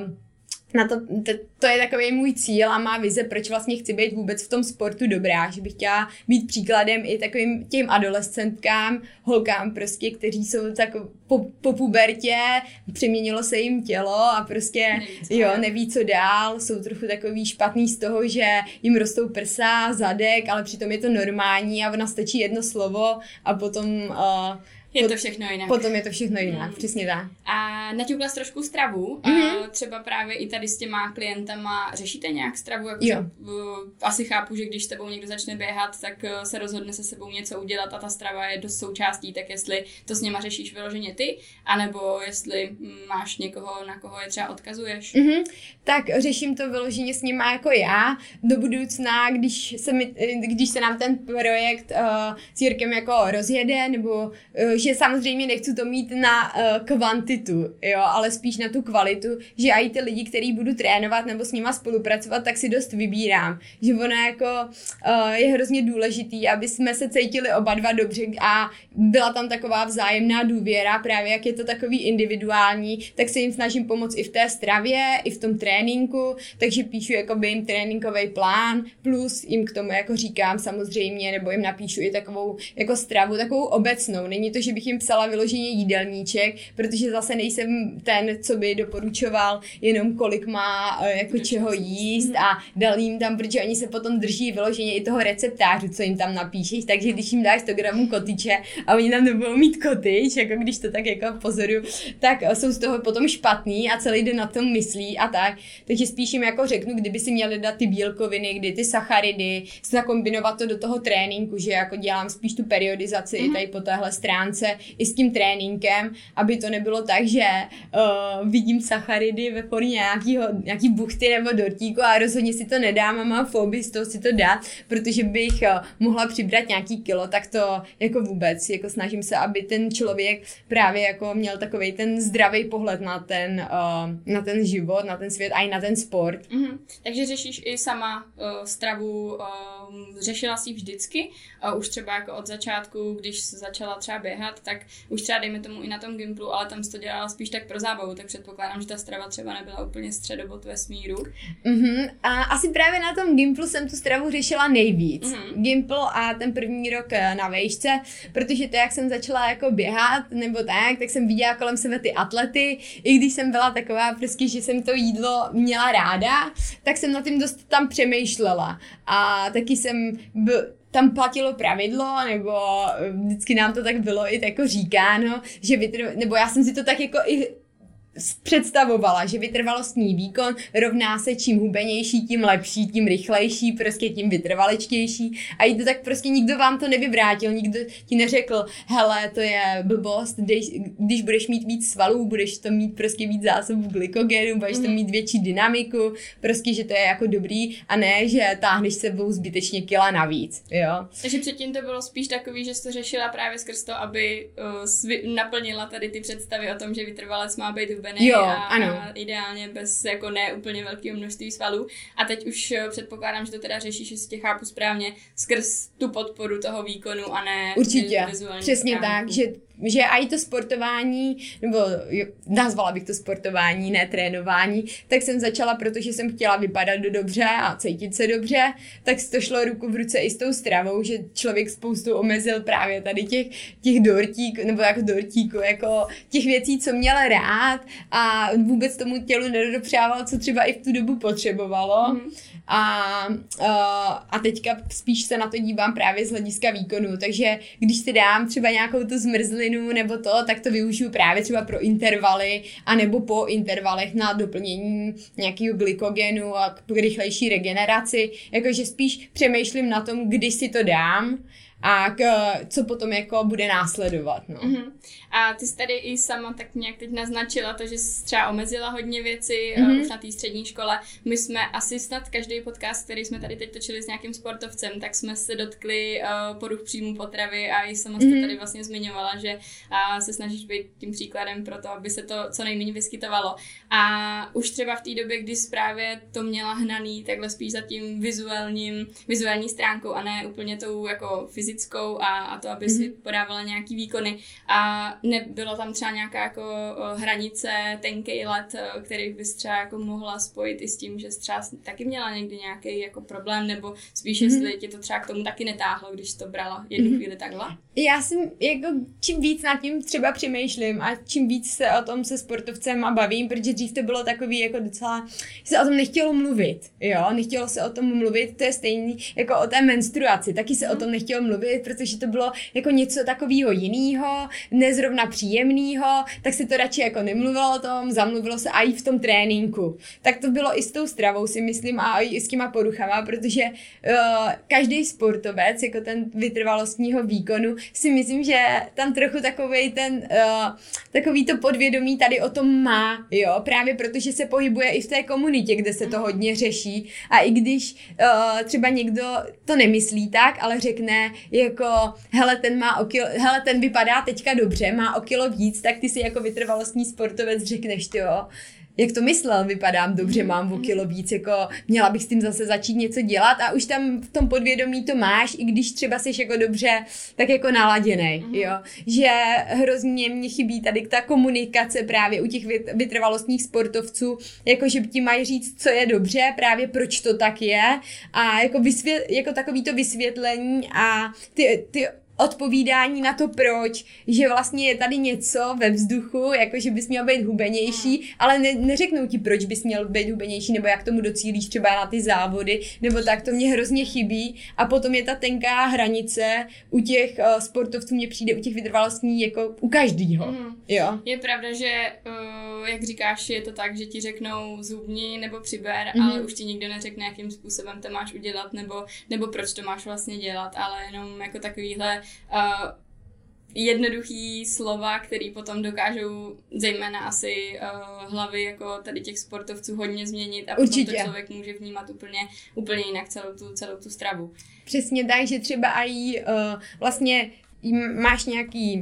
na to, to, to je takový můj cíl a má vize, proč vlastně chci být vůbec v tom sportu dobrá, že bych chtěla být příkladem i takovým těm adolescentkám, holkám prostě, kteří jsou tak po, po pubertě, přeměnilo se jim tělo a prostě neví, jo, neví co dál, jsou trochu takový špatný z toho, že jim rostou prsa, zadek, ale přitom je to normální a ona stačí jedno slovo a potom uh, je to všechno jinak. Potom je to všechno jinak, mm. přesně tak. A naťukla jsi trošku stravu, mm-hmm. a třeba právě i tady s těma klientama řešíte nějak stravu? Jako jo. Asi chápu, že když s tebou někdo začne běhat, tak se rozhodne se sebou něco udělat a ta strava je dost součástí, tak jestli to s něma řešíš vyloženě ty, anebo jestli máš někoho, na koho je třeba odkazuješ? Mm-hmm. Tak řeším to vyloženě s nima jako já. Do budoucna, když se, mi, když se nám ten projekt uh, s Jirkem jako rozjede, nebo uh, že samozřejmě nechci to mít na uh, kvantitu, jo, ale spíš na tu kvalitu, že i ty lidi, který budu trénovat nebo s nima spolupracovat, tak si dost vybírám. Že ono jako uh, je hrozně důležitý, aby jsme se cítili oba dva dobře a byla tam taková vzájemná důvěra, právě jak je to takový individuální, tak se jim snažím pomoct i v té stravě, i v tom tréninku, takže píšu jakoby jim tréninkový plán, plus jim k tomu jako říkám samozřejmě, nebo jim napíšu i takovou jako stravu, takovou obecnou. Není to, že bych jim psala vyloženě jídelníček, protože zase nejsem ten, co by doporučoval jenom kolik má jako čeho jíst a dal jim tam, protože oni se potom drží vyloženě i toho receptářu, co jim tam napíšeš, takže když jim dáš sto gramů kotyče a oni tam nebudou mít kotyč, jako když to tak jako pozoruju, tak jsou z toho potom špatný a celý den na tom myslí a tak. Takže spíš jim jako řeknu, kdyby si měli dát ty bílkoviny, kdy ty sacharidy, zakombinovat to do toho tréninku, že jako dělám spíš tu periodizaci mm-hmm. i tady po téhle stránce i s tím tréninkem, aby to nebylo tak, že uh, vidím sacharidy ve formě nějakýho, nějaký buchty nebo dortíku a rozhodně si to nedám a mám fobii z toho si to dát, protože bych uh, mohla přibrat nějaký kilo, tak to jako vůbec, jako snažím se, aby ten člověk právě jako měl takovej ten zdravý pohled na ten, uh, na ten život, na ten svět a i na ten sport. Mm-hmm. Takže řešíš i sama uh, stravu, uh, řešila jsi vždycky, uh, už třeba jako od začátku, když jsi začala třeba běhat, tak už třeba dejme tomu i na tom Gimplu, ale tam jsi to dělala spíš tak pro zábavu, tak předpokládám, že ta strava třeba nebyla úplně středobod vesmíru. Mm-hmm. A asi právě na tom Gimplu jsem tu stravu řešila nejvíc. Mm-hmm. Gimpl a ten první rok na vejšce, protože to, jak jsem začala jako běhat, nebo tak, tak jsem viděla kolem sebe ty atlety, i když jsem byla taková prostě, že jsem to jídlo měla ráda, tak jsem na tím dost tam přemýšlela. A taky jsem b- tam platilo pravidlo, nebo vždycky nám to tak bylo i jako říkáno, že vytr- nebo já jsem si to tak jako i představovala, že vytrvalostní výkon rovná se čím hubenější, tím lepší, tím rychlejší, prostě tím vytrvalečtější a i to tak prostě nikdo vám to nevyvrátil, nikdo ti neřekl, hele, to je blbost, když, když budeš mít víc svalů, budeš to mít prostě víc zásobu glykogenu, budeš to mít větší dynamiku, prostě, že to je jako dobrý a ne, že táhneš sebou zbytečně kila navíc, jo. Takže předtím to bylo spíš takový, že jsi to řešila právě skrz to, aby uh, naplnila tady ty představy o tom, že vytrvalec má být Jo, a, ano. a ideálně bez jako ne úplně velkého množství svalů. A teď už předpokládám, že to teda řešíš, jestli tě chápu správně, skrz tu podporu toho výkonu a ne určitě, vizuální přesně stránku. tak, že že i to sportování, nebo jo, nazvala bych to sportování, ne trénování, tak jsem začala, protože jsem chtěla vypadat dobře a cítit se dobře, tak to šlo ruku v ruce i s tou stravou, že člověk spoustu omezil právě tady těch, těch dortíků, nebo jako dortíků, jako těch věcí, co měl rád a vůbec tomu tělu nedopřával, co třeba i v tu dobu potřebovalo. Mm. A, a teďka spíš se na to dívám právě z hlediska výkonu, takže když si dám třeba nějakou tu zmrzlinu kyselinu nebo to, tak to využiju právě třeba pro intervaly a nebo po intervalech na doplnění nějakého glykogenu a k rychlejší regeneraci. Jakože spíš přemýšlím na tom, kdy si to dám a k, co potom jako bude následovat. No. Uh-huh. A ty jsi tady i sama tak nějak teď naznačila to, že jsi třeba omezila hodně věcí uh-huh. uh, už na té střední škole. My jsme asi snad každý podcast, který jsme tady teď točili s nějakým sportovcem, tak jsme se dotkli uh, poruch příjmu potravy a i sama jsi uh-huh. tady vlastně zmiňovala, že uh, se snažíš být tím příkladem pro to, aby se to co nejméně vyskytovalo. A už třeba v té době, kdy jsi právě to měla hnaný, takhle spíš za tím vizuálním, vizuální stránkou a ne úplně tou jako fyzickou a, a to, aby mm-hmm. si podávala nějaký výkony. A nebylo tam třeba nějaká jako hranice, tenkej let, který bys třeba jako mohla spojit i s tím, že jsi třeba taky měla někdy nějaký jako problém, nebo spíš, mm-hmm. jestli tě to třeba k tomu taky netáhlo, když to brala jednu mm-hmm. chvíli takhle? Já jsem jako čím víc nad tím třeba přemýšlím a čím víc se o tom se sportovcem a bavím, protože dřív to bylo takový jako docela, že se o tom nechtělo mluvit, jo, nechtělo se o tom mluvit, to je stejný jako o té menstruaci, taky se o tom nechtělo mluvit, protože to bylo jako něco takového jiného, nezrovna příjemného, tak se to radši jako nemluvilo o tom, zamluvilo se a i v tom tréninku. Tak to bylo i s tou stravou, si myslím, a i s těma poruchama, protože uh, každý sportovec, jako ten vytrvalostního výkonu, si myslím, že tam trochu takovej ten, uh, takový to podvědomí tady o tom má, jo, právě protože se pohybuje i v té komunitě, kde se to hodně řeší a i když uh, třeba někdo to nemyslí tak, ale řekne jako, hele, ten má o kilo, hele, ten vypadá teďka dobře, má o kilo víc, tak ty si jako vytrvalostní sportovec řekneš, ty jo, jak to myslel, vypadám dobře, mám o kilo víc, jako měla bych s tím zase začít něco dělat a už tam v tom podvědomí to máš, i když třeba jsi jako dobře, tak jako naladěnej, mm. jo, že hrozně mě chybí tady ta komunikace právě u těch vytrvalostních sportovců, jako že ti mají říct, co je dobře, právě proč to tak je a jako, vysvět, jako takový to vysvětlení a ty, ty odpovídání na to proč, že vlastně je tady něco ve vzduchu, jako že bys měl být hubenější, ale ne, neřeknou ti, proč bys měl být hubenější, nebo jak tomu docílíš třeba na ty závody, nebo tak, to mě hrozně chybí a potom je ta tenká hranice u těch uh, sportovců, mně přijde u těch vytrvalostní jako u každýho. Mm. Jo. Je pravda, že uh, jak říkáš, je to tak, že ti řeknou zhubni nebo přiber, mm. ale už ti nikdo neřekne, jakým způsobem to máš udělat, nebo, nebo proč to máš vlastně dělat, ale jenom jako takovýhle Uh, jednoduchý slova, který potom dokážou zejména asi uh, hlavy jako tady těch sportovců hodně změnit a Určitě. potom to člověk může vnímat úplně, úplně jinak celou tu, celou tu stravu. Přesně tak, že třeba i uh, vlastně máš nějaký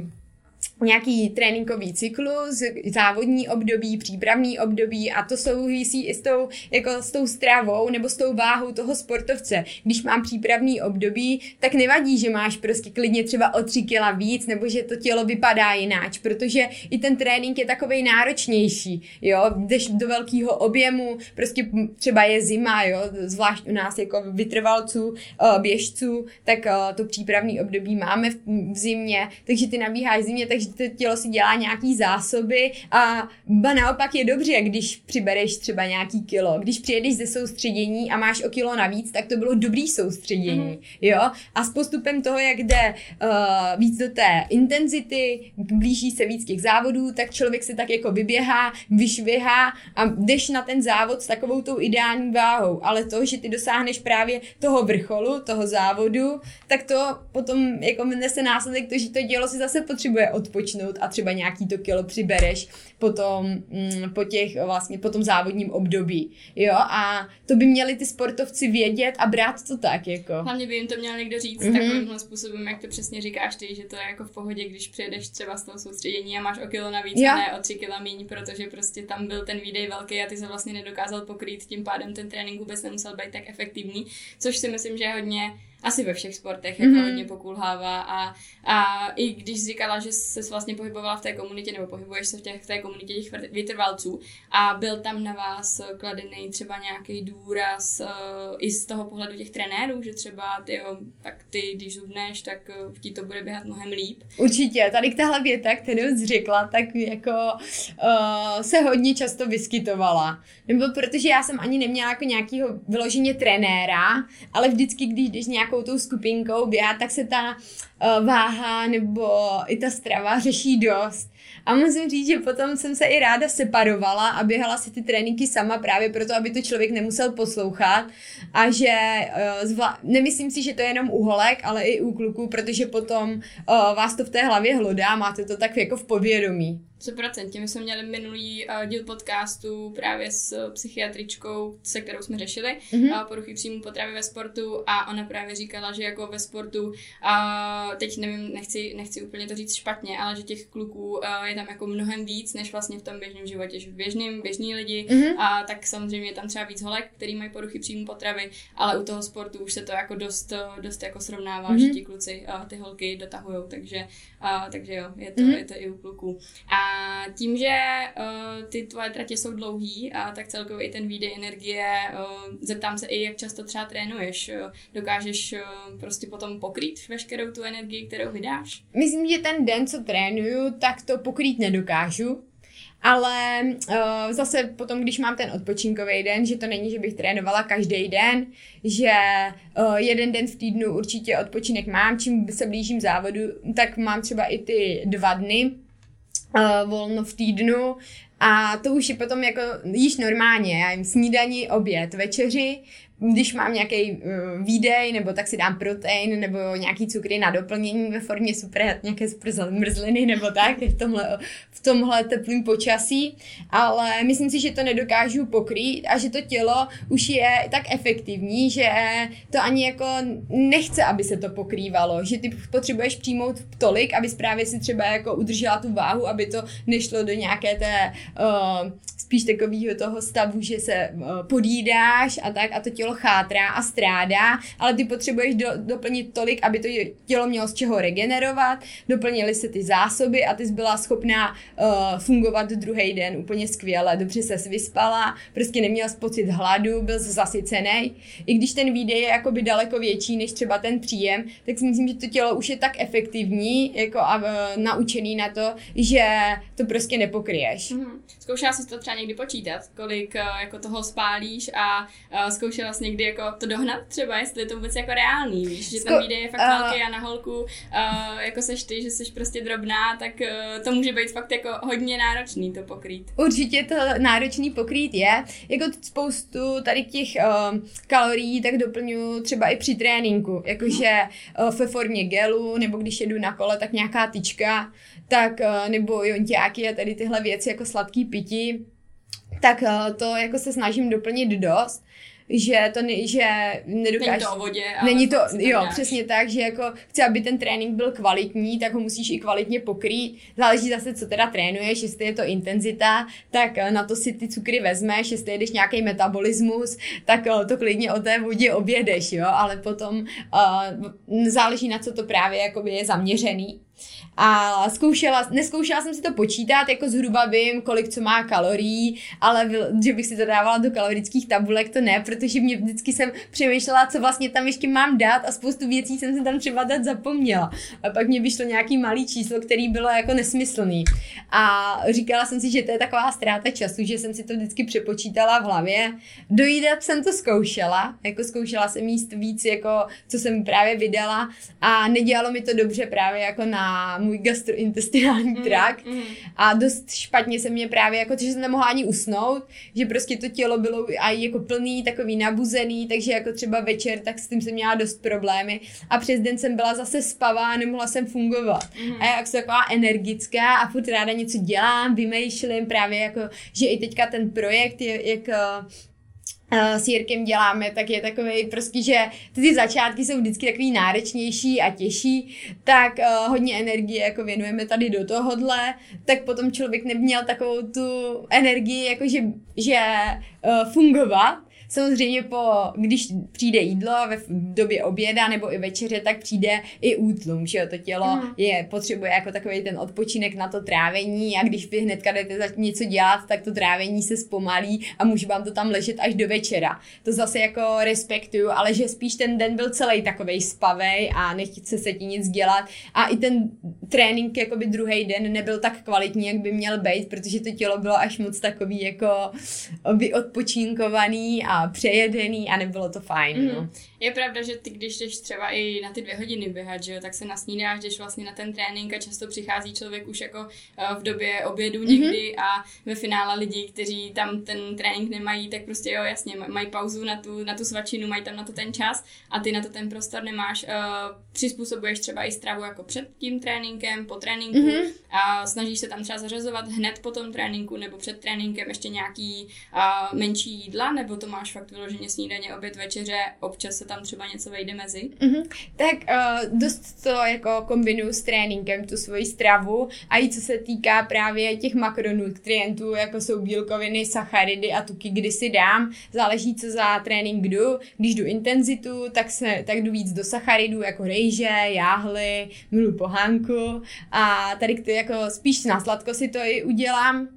nějaký tréninkový cyklus, závodní období, přípravný období a to souvisí i s tou, jako s tou stravou nebo s tou váhou toho sportovce. Když mám přípravný období, tak nevadí, že máš prostě klidně třeba o tři kila víc nebo že to tělo vypadá jináč, protože i ten trénink je takovej náročnější, jo, jdeš do velkého objemu, prostě třeba je zima, jo, zvlášť u nás jako vytrvalců, běžců, tak to přípravný období máme v zimě, takže ty nabíháš zimě, takže to tělo si dělá nějaký zásoby a ba naopak je dobře, když přibereš třeba nějaký kilo. Když přijedeš ze soustředění a máš o kilo navíc, tak to bylo dobrý soustředění, mm. jo? A s postupem toho, jak jde uh, víc do té intenzity, blíží se víc těch závodů, tak člověk se tak jako vyběhá, vyšvihá a jdeš na ten závod s takovou tou ideální váhou. Ale to, že ty dosáhneš právě toho vrcholu, toho závodu, tak to potom jako nese následek to, že to tělo si zase potřebuje odpočnout a třeba nějaký to kilo přibereš potom mm, po těch vlastně po tom závodním období, jo, a to by měli ty sportovci vědět a brát to tak, jako. Hlavně by jim to měl někdo říct mm-hmm. takovýmhle způsobem, jak to přesně říkáš ty, že to je jako v pohodě, když přijedeš třeba z toho soustředění a máš o kilo navíc jo. a ne o tři kila míň, protože prostě tam byl ten výdej velký a ty se vlastně nedokázal pokrýt, tím pádem ten trénink vůbec nemusel být tak efektivní, což si myslím, že je hodně asi ve všech sportech jako mm-hmm. hodně pokulhává a, a i když říkala, že se vlastně pohybovala v té komunitě nebo pohybuješ se v, těch, v té komunitě těch vytrvalců a byl tam na vás kladený třeba nějaký důraz uh, i z toho pohledu těch trenérů, že třeba ty, jo, tak ty, když zubneš, tak uh, ti to bude běhat mnohem líp. Určitě, tady k tahle věta, kterou jsi řekla, tak jako uh, se hodně často vyskytovala. Nebo protože já jsem ani neměla jako nějakýho vyloženě trenéra, ale vždycky, když jdeš nějakou tou skupinkou běhat, tak se ta uh, váha nebo i ta strava řeší dost. A musím říct, že potom jsem se i ráda separovala a běhala si ty tréninky sama právě proto, aby to člověk nemusel poslouchat a že uh, zvla- nemyslím si, že to je jenom u holek, ale i u kluků, protože potom uh, vás to v té hlavě hlodá, máte to tak jako v podvědomí. sto procent. My jsme měli minulý uh, díl podcastu právě s psychiatričkou, se kterou jsme řešili mm-hmm. uh, poruchy příjmu potravy ve sportu a ona právě říkala, že jako ve sportu, uh, teď nevím, nechci, nechci úplně to říct špatně, ale že těch kluků uh, je tam jako mnohem víc, než vlastně v tom běžném životě, že v běžným, běžní lidi, mm-hmm. a tak samozřejmě je tam třeba víc holek, který mají poruchy příjmu potravy, ale u toho sportu už se to jako dost, dost jako srovnává, mm-hmm. že ti kluci uh, ty holky dotahujou, takže, uh, takže jo, je to, mm-hmm. je to i u kluků. A A tím, že uh, ty tvoje tratě jsou dlouhý, a tak celkově i ten výdej energie, uh, zeptám se i, jak často třeba trénuješ. Uh, dokážeš uh, prostě potom pokrýt veškerou tu energii, kterou vydáš? Myslím, že ten den, co trénuju, tak to pokrýt nedokážu. Ale uh, zase potom, když mám ten odpočinkový den, že to není, že bych trénovala každý den, že uh, jeden den v týdnu určitě odpočinek mám, čím se blížím závodu, tak mám třeba i ty dva dny, Uh, volno v týdnu a to už je potom jako již normálně, já jim snídani, oběd, večeři, když mám nějaký uh, výdej, nebo tak si dám protein, nebo nějaký cukry na doplnění ve formě super, nějaké super zmrzliny, nebo tak, v tomhle, v tomhle teplém počasí, ale myslím si, že to nedokážu pokrýt a že to tělo už je tak efektivní, že to ani jako nechce, aby se to pokrývalo, že ty potřebuješ přijmout tolik, aby právě si třeba jako udržela tu váhu, aby to nešlo do nějaké té uh, spíš takového toho stavu, že se uh, podjídáš a tak a to tělo chátrá a strádá, ale ty potřebuješ do, doplnit tolik, aby to tělo mělo z čeho regenerovat, doplnily se ty zásoby a ty jsi byla schopná uh, fungovat druhý den úplně skvěle, dobře ses vyspala, prostě neměla pocit hladu, byl jsi zasycenej. I když ten výdej je jakoby daleko větší než třeba ten příjem, tak si myslím, že to tělo už je tak efektivní jako a uh, naučený na to, že to prostě nepokryješ. Mm-hmm. Zkoušela jsi to třeba někdy počítat, kolik uh, jako toho spálíš a uh, zkoušela jsi někdy jako to dohnat třeba, jestli je to vůbec jako reálný, víš, že ten výdej je fakt uh, velký a na holku, uh, jako seš ty, že jsi prostě drobná, tak uh, to může být fakt jako hodně náročný to pokrýt. Určitě to náročný pokrýt je, jako spoustu tady těch uh, kalorií tak doplňuji třeba i při tréninku, jakože uh, ve formě gelu, nebo když jedu na kole, tak nějaká tyčka, tak uh, nebo jonťáky a tady tyhle věci jako sladký pití, tak uh, to jako se snažím doplnit dost, že to ne, že nedokážeš... Není to o vodě, ale... Není to, jo, dáš. Přesně tak, že jako chci, aby ten trénink byl kvalitní, tak ho musíš i kvalitně pokrýt. Záleží zase, co teda trénuješ, jestli je to intenzita, tak na to si ty cukry vezmeš, jestli jedeš nějaký metabolismus, tak to klidně o té vodě objedeš, jo, ale potom uh, záleží, na co to právě jakoby je zaměřený. A zkoušela, neskoušela jsem si to počítat, jako zhruba vím, kolik co má kalorií, ale že bych si to dávala do kalorických tabulek, to ne, protože mě vždycky jsem přemýšlela, co vlastně tam ještě mám dát a spoustu věcí jsem se tam třeba dát zapomněla. A pak mě vyšlo nějaký malý číslo, který bylo jako nesmyslný. A říkala jsem si, že to je taková ztráta času, že jsem si to vždycky přepočítala v hlavě. Dojídat jsem to zkoušela, jako zkoušela jsem jíst víc, jako co jsem právě vydala a nedělalo mi to dobře právě jako na můj gastrointestinální mm, trakt mm. a dost špatně se mě právě jako, že jsem nemohla ani usnout, že prostě to tělo bylo a jako plný, takový nabuzený, takže jako třeba večer, tak s tím jsem měla dost problémy a přes den jsem byla zase spavá a nemohla jsem fungovat. Mm. A jak jsem taková energická a furt ráda něco dělám, vymýšlím právě jako, že i teďka ten projekt je jak s Jirkem děláme, tak je takovej prostě, že ty začátky jsou vždycky takový náročnější a těžší, tak uh, hodně energie jako věnujeme tady do tohodle, tak potom člověk neměl takovou tu energii, jako že, že uh, fungovat. Samozřejmě po, když přijde jídlo ve době oběda nebo i večeře, tak přijde i útlum, že jo, to tělo mm. je, potřebuje jako takový ten odpočinek na to trávení a když vy hnedka jdete za něco dělat, tak to trávení se zpomalí a může vám to tam ležet až do večera. To zase jako respektuju, ale že spíš ten den byl celý takovej spavej a nechce se ti nic dělat a i ten trénink jakoby druhý den nebyl tak kvalitní, jak by měl být, protože to tělo bylo až moc takový jako vyodpočinkovaný a a přejedený a nebylo to fajn, mm. no. Je pravda, že ty, když jdeš třeba i na ty dvě hodiny běhat, že jo, tak se nasnídáš, jdeš vlastně na ten trénink a často přichází člověk už jako v době obědu někdy mm-hmm. a ve finále lidi, kteří tam ten trénink nemají, tak prostě jo, jasně, mají pauzu na tu, na tu svačinu, mají tam na to ten čas a ty na to ten prostor nemáš. Uh, přizpůsobuješ třeba i stravu jako před tím tréninkem, po tréninku mm-hmm. a snažíš se tam třeba zařazovat hned po tom tréninku nebo před tréninkem ještě nějaký uh, menší jídla, nebo to máš fakt vyloženě snídaně, oběd, večeře, občas se tam třeba něco vejde mezi? Mm-hmm. Tak uh, dost to jako kombinuju s tréninkem, tu svoji stravu a i co se týká právě těch makronutrientů, jako jsou bílkoviny, sacharidy a tuky, kdy si dám, záleží co za trénink jdu, když jdu intenzitu, tak, se, tak jdu víc do sacharidů, jako rejže, jáhly, milu pohánku a tady to jako spíš na sladko si to i udělám.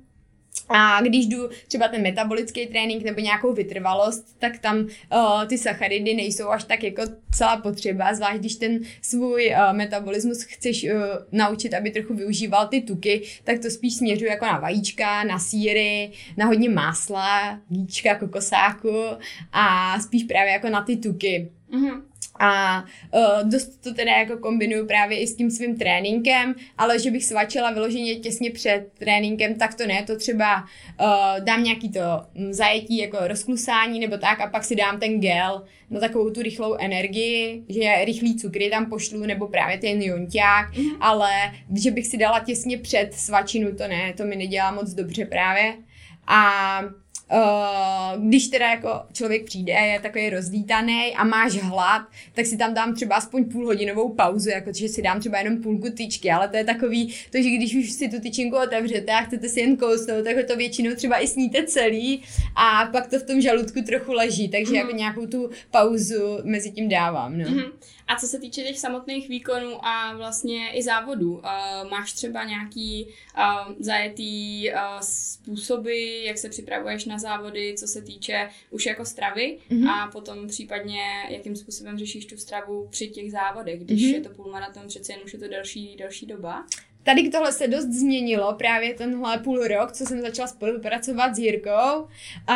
A když jdu třeba ten metabolický trénink nebo nějakou vytrvalost, tak tam uh, ty sacharidy nejsou až tak jako celá potřeba, zvlášť když ten svůj uh, metabolismus chceš uh, naučit, aby trochu využíval ty tuky, tak to spíš směřuji jako na vajíčka, na sýry, na hodně másla, víčka, kokosáku a spíš právě jako na ty tuky. Mm-hmm. A uh, dost to teda jako kombinuju právě i s tím svým tréninkem, ale že bych svačila vyloženě těsně před tréninkem, tak to ne, to třeba uh, dám nějaký to zajetí jako rozklusání nebo tak a pak si dám ten gel na takovou tu rychlou energii, že rychlý cukry tam pošlu nebo právě ten jonťák, mm. ale že bych si dala těsně před svačinu, to ne, to mi nedělá moc dobře právě. A Uh, když teda jako člověk přijde, je takový rozlítaný a máš hlad, tak si tam dám třeba aspoň půlhodinovou pauzu, jako že si dám třeba jenom půlku tyčky, ale to je takový, to, že když už si tu tyčinku otevřete a chcete si jen kousnout, tak to většinou třeba i sníte celý a pak to v tom žaludku trochu leží, takže mm. jako nějakou tu pauzu mezi tím dávám, no. Mm. A co se týče těch samotných výkonů a vlastně i závodů, uh, máš třeba nějaký uh, zajetý uh, způsoby, jak se připravuješ na závody, co se týče už jako stravy mm-hmm. a potom případně jakým způsobem řešíš tu stravu při těch závodech, když mm-hmm. je to půlmaraton, přece jen už je to delší, delší doba? Tady tohle se dost změnilo právě tenhle půl rok, co jsem začala spolupracovat s Jirkou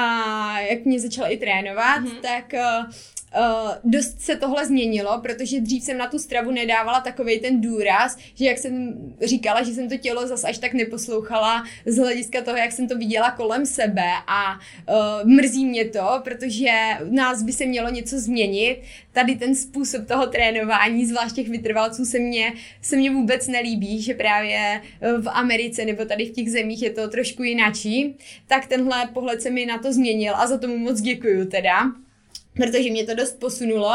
a jak mě začala i trénovat, mm-hmm. tak uh, Uh, dost se tohle změnilo, protože dřív jsem na tu stravu nedávala takovej ten důraz, že jak jsem říkala, že jsem to tělo zas až tak neposlouchala z hlediska toho, jak jsem to viděla kolem sebe a uh, mrzí mě to, protože nás by se mělo něco změnit. Tady ten způsob toho trénování, zvlášť těch vytrvalců, se mně, se mně vůbec nelíbí, že právě v Americe nebo tady v těch zemích je to trošku jinačí, tak tenhle pohled se mi na to změnil a za tomu moc děkuju teda. Protože mě to dost posunulo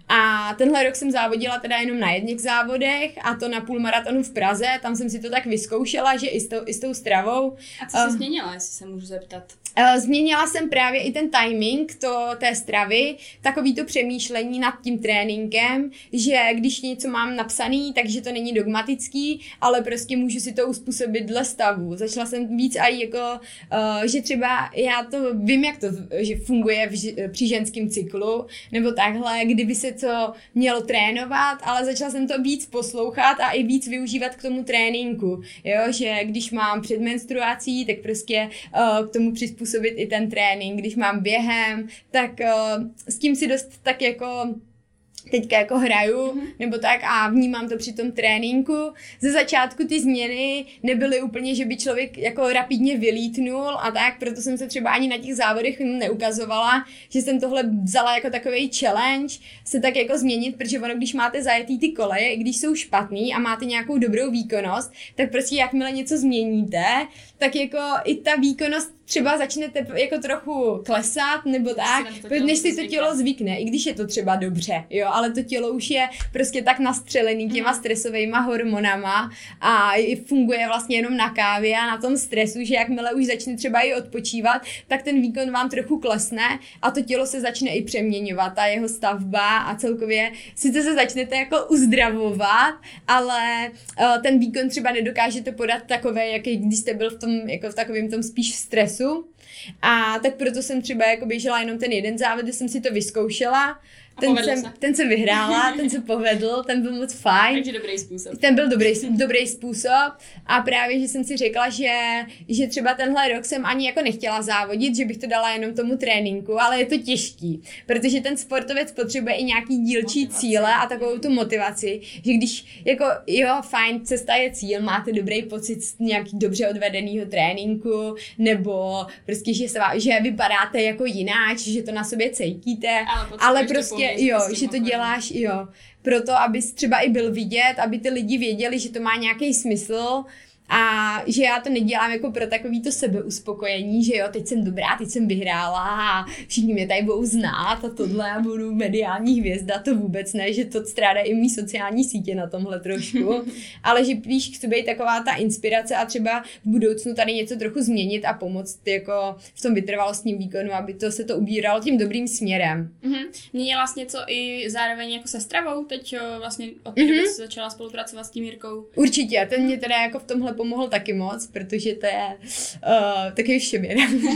a tenhle rok jsem závodila teda jenom na jedných závodech a to na půlmaratonu v Praze, tam jsem si to tak vyzkoušela, že i s tou, i s tou stravou. A co jsi uh, změnila, jestli se můžu zeptat? Uh, změnila jsem právě i ten timing to, té stravy, takový to přemýšlení nad tím tréninkem, že když něco mám napsaný, takže to není dogmatický, ale prostě můžu si to uspůsobit dle stavu. Začala jsem víc aj jako, uh, že třeba já to vím, jak to že funguje v, při ženském cyklu, nebo takhle, kdyby se to mělo trénovat, ale začala jsem to víc poslouchat a i víc využívat k tomu tréninku, jo, že když mám před menstruací, tak prostě uh, k tomu přizpůsobit i ten trénink, když mám během, tak uh, s tím si dost tak jako teďka jako hraju, mm-hmm. nebo tak a vnímám to při tom tréninku. Ze začátku ty změny nebyly úplně, že by člověk jako rapidně vylítnul a tak, proto jsem se třeba ani na těch závodech neukazovala, že jsem tohle vzala jako takovej challenge, se tak jako změnit, protože ono, když máte zajetý ty koleje, i když jsou špatný a máte nějakou dobrou výkonnost, tak prostě jakmile něco změníte, tak jako i ta výkonnost třeba začnete jako trochu klesat, nebo tak, než si to tělo zvykne, i když je to třeba dobře, jo, ale to tělo už je prostě tak nastřelený těma stresovejma hormonama a funguje vlastně jenom na kávě a na tom stresu, že jakmile už začne třeba i odpočívat, tak ten výkon vám trochu klesne a to tělo se začne i přeměňovat, ta jeho stavba a celkově sice se začnete jako uzdravovat, ale uh, ten výkon třeba nedokážete podat takové, jaký když jste byl v tom, jako v takovém tom spíš stresu. A tak proto jsem třeba jako běžela jenom ten jeden závod, kde jsem si to vyzkoušela. ten, jsem, ten jsem vyhrála, ten se povedl, ten byl moc fajn. Takže dobrý způsob. Ten byl dobrý, dobrý způsob a právě, že jsem si řekla, že, že třeba tenhle rok jsem ani jako nechtěla závodit, že bych to dala jenom tomu tréninku, ale je to těžký, protože ten sportovec potřebuje i nějaký dílčí motivaci. Cíle a takovou tu motivaci, že když jako jo, fajn, cesta je cíl, máte dobrý pocit z nějaký dobře odvedenýho tréninku, nebo prostě, že, se, že vypadáte jako jináč, že to na sobě cítíte, ale, ale prostě jo, že to děláš, jo, proto, abys třeba i byl vidět, aby ty lidi věděli, že to má nějaký smysl a že já to nedělám jako pro takový to sebeuspokojení, že jo, teď jsem dobrá, teď jsem vyhrála a všichni mě tady budou znát a tohle a budu mediální hvězda, to vůbec ne, že to strádá i mý sociální sítě na tomhle trošku, ale že víš, chci být taková ta inspirace a třeba v budoucnu tady něco trochu změnit a pomoct jako v tom vytrvalostním výkonu, aby to se to ubíralo tím dobrým směrem. Mm-hmm. Měla jsi něco i zároveň jako se stravou, teď vlastně od té doby mm-hmm. začala spolupracovat s tím Jirkou? Určitě, ten mě teda jako v tomhle pomohl taky moc, protože to je uh, taky všeměr.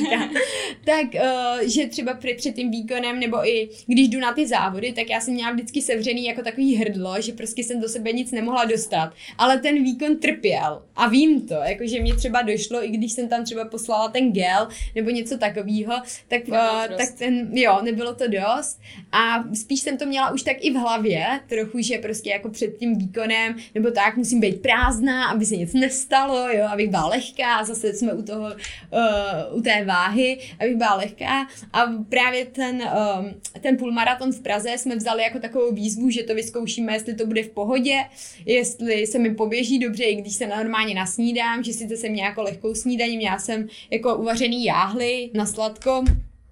Tak, uh, že třeba před, před tím výkonem, nebo i když jdu na ty závody, tak já jsem měla vždycky sevřený jako takový hrdlo, že prostě jsem do sebe nic nemohla dostat. Ale ten výkon trpěl. A vím to, jakože mě třeba došlo, i když jsem tam třeba poslala ten gel, nebo něco takového, tak, uh, tak ten, jo, nebylo to dost. A spíš jsem to měla už tak i v hlavě, trochu, že prostě jako před tím výkonem, nebo tak, musím být prázdná, aby se nic nestalo, jo, abych byla lehká, zase jsme u toho, uh, u té váhy, abych byla lehká a právě ten, um, ten půlmaraton v Praze jsme vzali jako takovou výzvu, že to vyzkoušíme, jestli to bude v pohodě, jestli se mi poběží dobře, i když se normálně nasnídám, že sice jsem měla jako lehkou snídaní, měla jsem jako uvařený jáhly na sladko,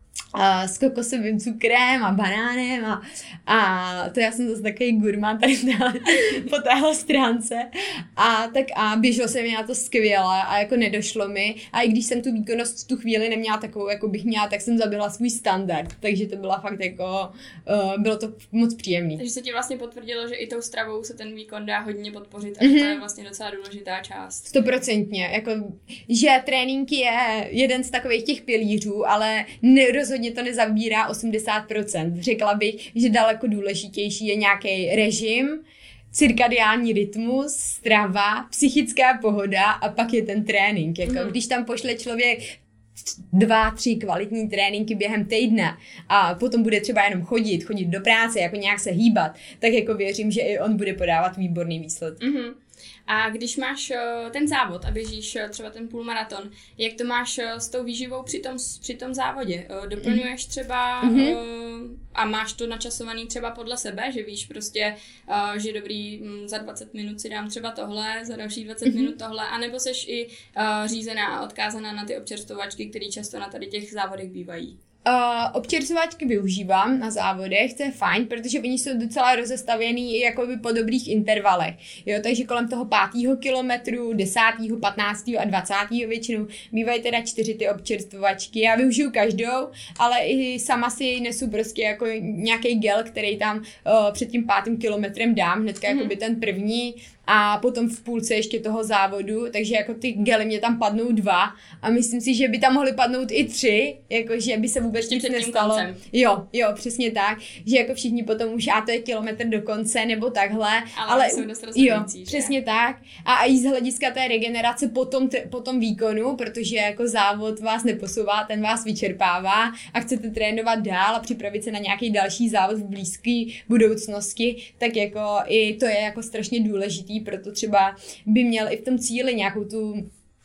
a s kokosovým cukrem a banánem a, a to já jsem zase takový gurmán tady po téhle stránce a tak a běželo se mi na to skvěle a jako nedošlo mi a i když jsem tu výkonnost v tu chvíli neměla takovou, jako bych měla, tak jsem zabila svůj standard, takže to byla fakt jako, uh, bylo to moc příjemný. Takže se ti vlastně potvrdilo, že i tou stravou se ten výkon dá hodně podpořit a mm-hmm. to je vlastně docela důležitá část. Stoprocentně, jako, že trénink je jeden z takových těch pilířů, ale nerozhodně to nezabírá osmdesát procent. Řekla bych, že daleko důležitější je nějaký režim, cirkadiální rytmus, strava, psychická pohoda a pak je ten trénink. Jako, mm. Když tam pošle člověk dva, tři kvalitní tréninky během týdne a potom bude třeba jenom chodit, chodit do práce, jako nějak se hýbat, tak jako věřím, že i on bude podávat výborný výsledek. Mm-hmm. A když máš ten závod a běžíš třeba ten půlmaraton, jak to máš s tou výživou při tom, při tom závodě? Doplňuješ třeba mm-hmm. a máš to načasovaný třeba podle sebe, že víš prostě, že dobrý, za dvacet minut si dám třeba tohle, za další dvacet mm-hmm. minut tohle, anebo seš i řízená a odkázaná na ty občerstvovačky, které často na tady těch závodech bývají? Uh, občerstvovačky využívám na závodech, to je fajn, protože oni jsou docela rozestavěný jakoby po dobrých intervalech, jo, takže kolem toho pátého kilometru, desátého, patnáctého a dvacátého většinou bývají teda čtyři ty občerstvovačky, já využiju každou, ale i sama si nesu prostě jako nějaký gel, který tam uh, před tím pátým kilometrem dám, hnedka mm-hmm. jakoby ten první, a potom v půlce ještě toho závodu, takže jako ty gely mě tam padnou dva a myslím si, že by tam mohly padnout i tři, jakože by se vůbec nic nestalo. Koncem. Jo, jo, přesně tak, že jako všichni potom už a to je kilometr do konce nebo takhle, ale, ale jsou dost jo, že? Přesně tak a i z hlediska té regenerace po tom, t- po tom výkonu, protože jako závod vás neposouvá, ten vás vyčerpává a chcete trénovat dál a připravit se na nějaký další závod v blízké budoucnosti, tak jako i to je jako strašně důležitý, proto třeba by měl i v tom cíli nějakou tu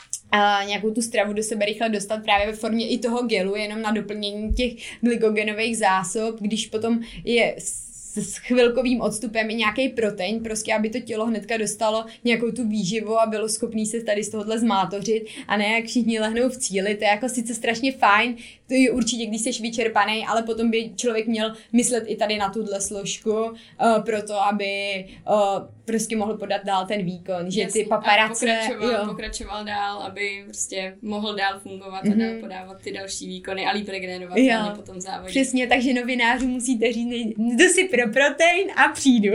a nějakou tu stravu do sebe rychle dostat právě ve formě i toho gelu, jenom na doplnění těch glykogenových zásob, když potom je s chvilkovým odstupem i nějaký protein, prostě aby to tělo hnedka dostalo nějakou tu výživu a bylo schopný se tady z tohohle zmátořit a ne jak všichni lehnou v cíli, to je jako sice strašně fajn, to je určitě, když jsi vyčerpaný, ale potom by člověk měl myslet i tady na tuhle složku, uh, proto aby uh, prostě mohl podat dál ten výkon, že Jasně. ty paparace... A pokračoval, jo. pokračoval dál, aby prostě mohl dál fungovat mm-hmm. a dál podávat ty další výkony a líp regenerovat po tom závodě. Přesně, takže novináři musíte říct, jdu si pro protein a přijdu.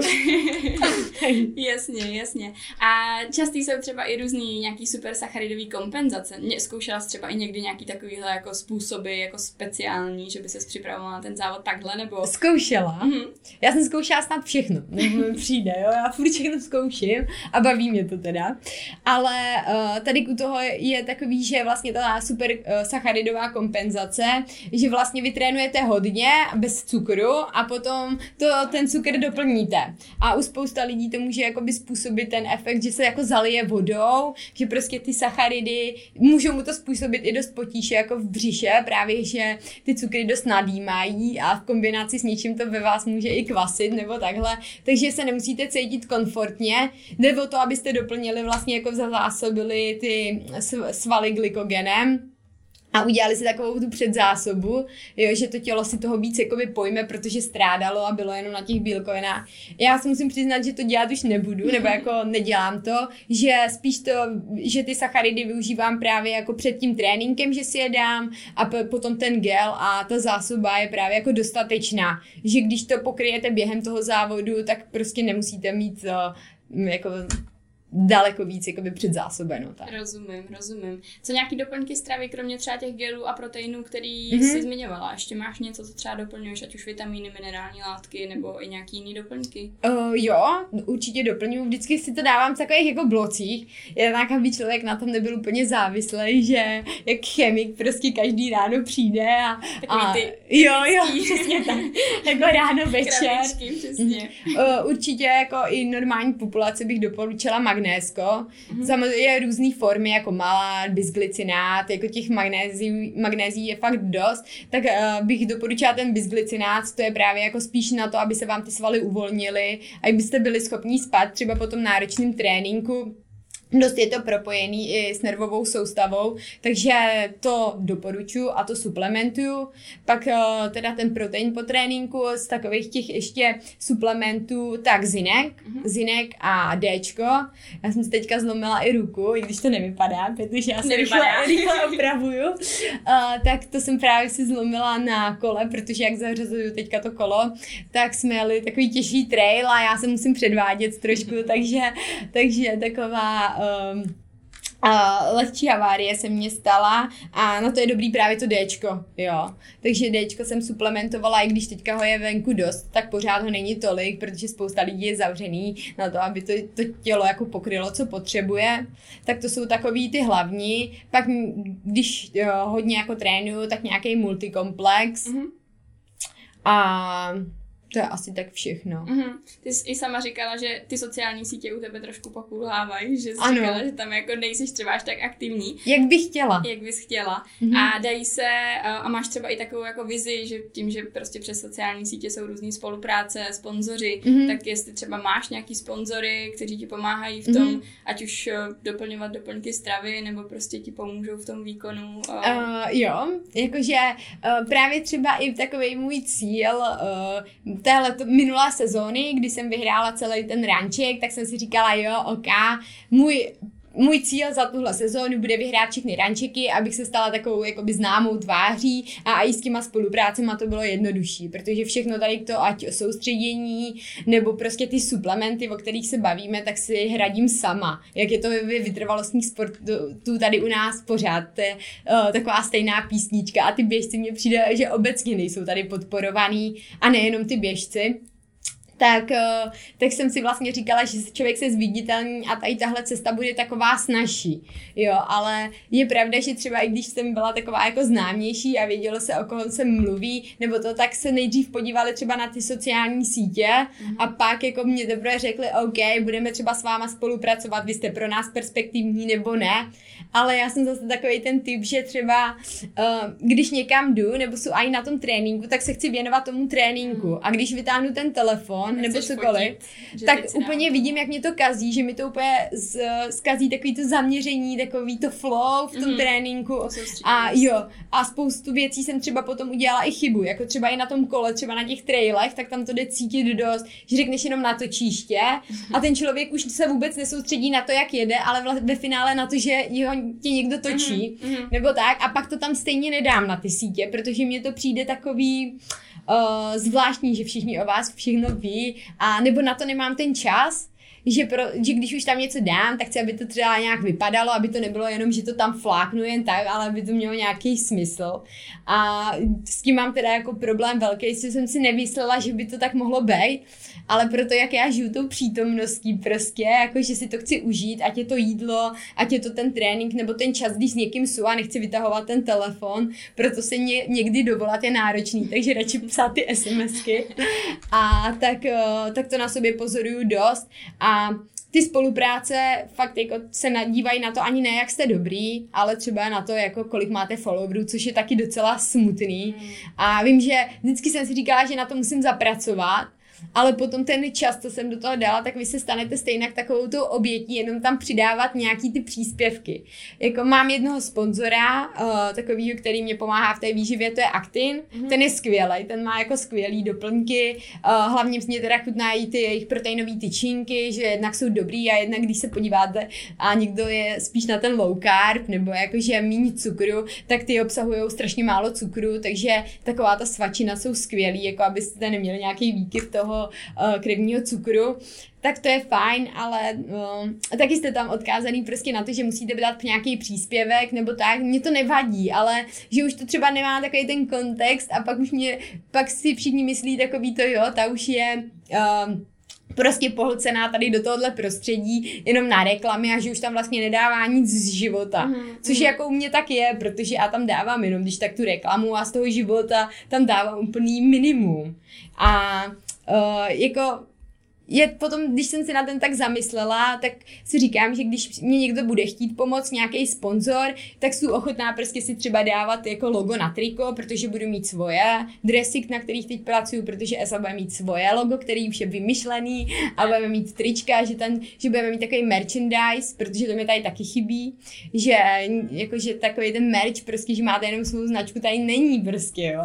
Jasně, jasně. A častý jsou třeba i různý nějaký super sacharidový kompenzace. Zkoušela jsi třeba i někdy nějaký takovýhle jako způsoby, jako speciální, že by ses připravovala na ten závod takhle, nebo? Zkoušela. Mm-hmm. Já jsem zkoušela snad všechno, nebo mi přijde, jo, já furt všechno zkouším a baví mě to teda. Ale uh, tady u toho je takový, že vlastně ta super uh, sacharidová kompenzace, že vlastně vy trénujete hodně bez cukru a potom to, ten cukr doplníte. A u spousta lidí to může jakoby způsobit ten efekt, že se jako zalije vodou, že prostě ty sacharidy, můžou mu to způsobit i dost potíže jako v břiše, právě že ty cukry dost nadýmají a v kombinaci s něčím to ve vás může i kvasit nebo takhle, takže se nemusíte cítit komfortně. Jde o to, abyste doplnili vlastně jako zásobili ty svaly glykogenem a udělali si takovou tu předzásobu, jo, že to tělo si toho víc jakoby pojme, protože strádalo a bylo jenom na těch bílkovinách. Já si musím přiznat, že to dělat už nebudu, nebo jako nedělám to, že spíš to, že ty sacharidy využívám právě jako před tím tréninkem, že si je dám a p- potom ten gel a ta zásoba je právě jako dostatečná, že když to pokryjete během toho závodu, tak prostě nemusíte mít uh, jako daleko víc jakoby předzásobeno. Tak. Rozumím, rozumím. Co nějaký doplňky stravy, kromě třeba těch gelů a proteinů, který mm-hmm. jsi zmiňovala? Ještě máš něco, co třeba doplňuješ, ať už vitamíny, minerální látky, nebo i nějaký jiný doplňky? Uh, jo, určitě doplňuji. Vždycky si to dávám v takových jako blocích. Je tak, aby člověk na tom nebyl úplně závislý, že jak chemik prostě každý ráno přijde a... a ty jo, jo, přesně tak. Jako ráno, večer. Krabičky, přesně. Uh, určitě jako i normální populace bych doporučila magnézko. Mm-hmm. Samozřejmě je různý formy, jako malát, bisglycinát, jako těch magnézií, magnézií je fakt dost, tak uh, bych doporučila ten bisglycinát, to je právě jako spíš na to, aby se vám ty svaly uvolnily a abyste byli schopní spát třeba po tom náročném tréninku. Dost je to propojený i s nervovou soustavou, takže to doporučuji a to suplementuju. Pak teda ten protein po tréninku z takových těch ještě suplementů, tak zinek, mm-hmm. zinek a Dčko. Já jsem si teďka zlomila i ruku, i když to nevypadá, protože já se rychle, rychle opravuju. Uh, tak to jsem právě si zlomila na kole, protože jak zařazuju teďka to kolo, tak jsme jeli takový těžší trail a já se musím předvádět trošku, takže, takže taková Um, uh, lehčí havárie se mně stala a na to je dobrý právě to Dčko, jo. Takže Dčko jsem suplementovala, i když teďka ho je venku dost, tak pořád ho není tolik, protože spousta lidí je zavřený na to, aby to, to tělo jako pokrylo, co potřebuje. Tak to jsou takový ty hlavní. Pak když jo, hodně jako trénuju, tak nějaký multikomplex. Mm-hmm. A to je asi tak všechno. Mm-hmm. Ty jsi i sama říkala, že ty sociální sítě u tebe trošku pokulhávají, že jsi ano. říkala, že tam jako nejsiš třeba až tak aktivní. Jak bych chtěla. Jak bys chtěla. Mm-hmm. A dají se, a máš třeba i takovou jako vizi, že tím, že prostě přes sociální sítě jsou různý spolupráce, sponzoři, mm-hmm. tak jestli třeba máš nějaký sponzory, kteří ti pomáhají v tom, mm-hmm. ať už doplňovat doplňky stravy, nebo prostě ti pomůžou v tom výkonu. Uh, jo, jakože uh, právě třeba i takovej můj cíl uh, téhle minulá sezóny, kdy jsem vyhrála celý ten ranček, tak jsem si říkala, jo, ok, můj Můj cíl za tuhle sezónu bude vyhrát všechny rančeky, abych se stala takovou jakoby známou tváří a i s těma spoluprácema to bylo jednodušší, protože všechno tady to, ať soustředění nebo prostě ty suplementy, o kterých se bavíme, tak si hradím sama. Jak je to ve vytrvalostních sportů tady u nás pořád, to je uh, taková stejná písnička a ty běžci mně přijde, že obecně nejsou tady podporovaný a nejenom ty běžci. Tak, tak jsem si vlastně říkala, že člověk se zviditelní a tady tahle cesta bude taková snazší, jo, ale je pravda, že třeba i když jsem byla taková jako známější a vědělo se, o koho se mluví, nebo to, tak se nejdřív podívali třeba na ty sociální sítě mm-hmm. a pak jako mě teprve řekli, OK, budeme třeba s váma spolupracovat, vy jste pro nás perspektivní nebo ne, ale já jsem zase takový ten typ, že třeba uh, když někam jdu, nebo jsou i na tom tréninku, tak se chci věnovat tomu tréninku a když vytáhnu ten telefon, nebo cokoliv, tak úplně vidím, jak mě to kazí, že mi to úplně z, zkazí takový to zaměření, takový to flow v tom mm-hmm. tréninku a jo, a spoustu věcí jsem třeba potom udělala i chybu, jako třeba i na tom kole, třeba na těch trailech, tak tam to jde cítit dost, že řekneš jenom na točiště a ten člověk už se vůbec nesoustředí na to, jak jede, ale ve finále na to, že jeho tě někdo točí, mm-hmm. nebo tak, a pak to tam stejně nedám na ty sítě, protože mně to přijde takový uh, zvláštní, že všichni o vás všechno ví, a nebo na to nemám ten čas, že, pro, že když už tam něco dám, tak chci, aby to třeba nějak vypadalo, aby to nebylo jenom, že to tam fláknu jen tak, ale aby to mělo nějaký smysl. A s tím mám teda jako problém velký, že jsem si nemyslela, že by to tak mohlo být, ale proto, jak já žiju tou přítomností prostě, jako že si to chci užít, ať je to jídlo, ať je to ten trénink nebo ten čas, když s někým jsou a nechci vytahovat ten telefon, proto se ně, někdy dovolat je náročný, takže radši psát ty SMSky. A tak, tak to na sobě pozoruju dost. A ty spolupráce fakt jako se nadívají na to ani ne, jak jste dobrý, ale třeba na to, jako kolik máte followerů, což je taky docela smutný. A vím, že vždycky jsem si říkala, že na to musím zapracovat, ale potom ten čas, co jsem do toho dala, tak vy se stanete stejně takovou tou obětí, jenom tam přidávat nějaký ty příspěvky. Jako mám jednoho sponzora, uh, takovýho, který mě pomáhá v té výživě, to je Actin, mm-hmm. ten je skvělej, ten má jako skvělý doplňky, uh, hlavně mě teda chutnají ty jejich proteinové tyčinky, že jednak jsou dobrý a jednak když se podíváte a někdo je spíš na ten low carb, nebo jakože míň cukru, tak ty obsahují strašně málo cukru, takže taková ta svačina jsou skvělý, jako abyste neměli nějaký výkyv toho uh, krevního cukru, tak to je fajn, ale uh, taky jste tam odkázaný prostě na to, že musíte dát nějaký příspěvek nebo tak, mě to nevadí, ale že už to třeba nemá takový ten kontext a pak už mě, pak si všichni myslí takový to jo, ta už je uh, prostě pohlcená tady do tohohle prostředí jenom na reklamy a že už tam vlastně nedává nic z života. Mm, Což mm. jako u mě tak je, protože já tam dávám jenom když tak tu reklamu a z toho života tam dávám úplný minimum. A uh, jako je potom, když jsem si na ten tak zamyslela, tak si říkám, že když mě někdo bude chtít pomoct, nějaký sponzor, tak jsem ochotná prostě si třeba dávat jako logo na triko, protože budu mít svoje dresy, na kterých teď pracuju, protože Esa bude mít svoje logo, který už je vymyšlený a budeme mít trička, že, ten, že budeme mít takový merchandise, protože to mi tady taky chybí, že jakože takový ten merch, prostě, že máte jenom svou značku, tady není prostě, jo.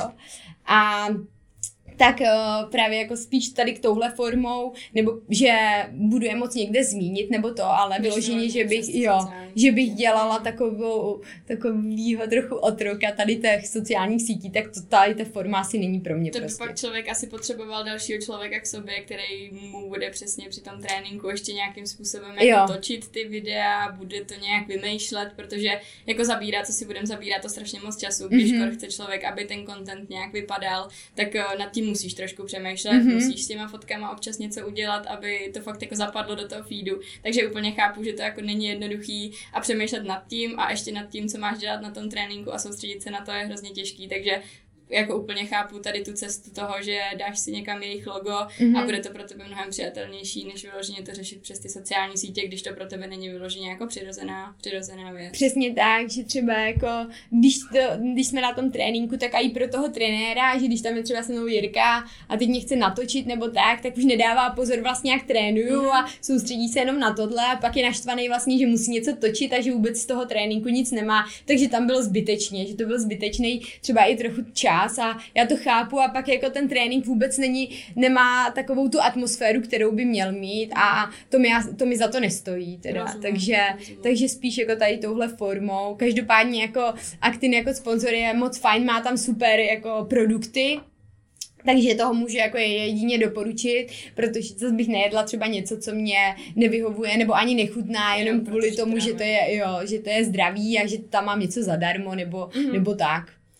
A tak uh, právě jako spíš tady k touhle formou, nebo že budu je moc někde zmínit, nebo to, ale vyloženě, že bych, jo, že bych dělala takovou, takovýho trochu otroka tady těch sociálních sítí, tak to tady ta forma asi není pro mě to prostě. To by pak člověk asi potřeboval dalšího člověka k sobě, který mu bude přesně při tom tréninku ještě nějakým způsobem jako točit ty videa, bude to nějak vymýšlet, protože jako zabírá, co si budeme zabírat, to strašně moc času, když mm-hmm. chce člověk, aby ten content nějak vypadal, tak uh, nad tím musíš trošku přemýšlet, mm-hmm. musíš s těma fotkama občas něco udělat, aby to fakt jako zapadlo do toho feedu. Takže úplně chápu, že to jako není jednoduchý a přemýšlet nad tím a ještě nad tím, co máš dělat na tom tréninku a soustředit se na to je hrozně těžký, takže jako úplně chápu tady tu cestu toho, že dáš si někam jejich logo mm-hmm. a bude to pro tebe mnohem přijatelnější, než vyloženě to řešit přes ty sociální sítě, když to pro tebe není vyloženě jako přirozená, přirozená věc. Přesně tak, že třeba jako, když, to, když jsme na tom tréninku, tak i pro toho trenéra, že když tam je třeba se mnou Jirka a teď mě chce natočit nebo tak, tak už nedává pozor vlastně, jak trénuju mm-hmm. a soustředí se jenom na tohle a pak je naštvaný vlastně, že musí něco točit a že vůbec z toho tréninku nic nemá, takže tam bylo zbytečně, že to byl zbytečný třeba i trochu čas a já to chápu a pak jako ten trénink vůbec není, nemá takovou tu atmosféru, kterou by měl mít a to mi, to mi za to nestojí teda, rozumím, takže, rozumím. takže spíš jako tady touhle formou, každopádně jako Actin jako sponsor je moc fajn, má tam super jako produkty, takže toho můžu jako jedině doporučit, protože zase bych nejedla třeba něco, co mě nevyhovuje nebo ani nechutná, jenom kvůli tomu, že to je, jo, že to je zdravý a že tam mám něco zadarmo nebo, mm-hmm. nebo tak.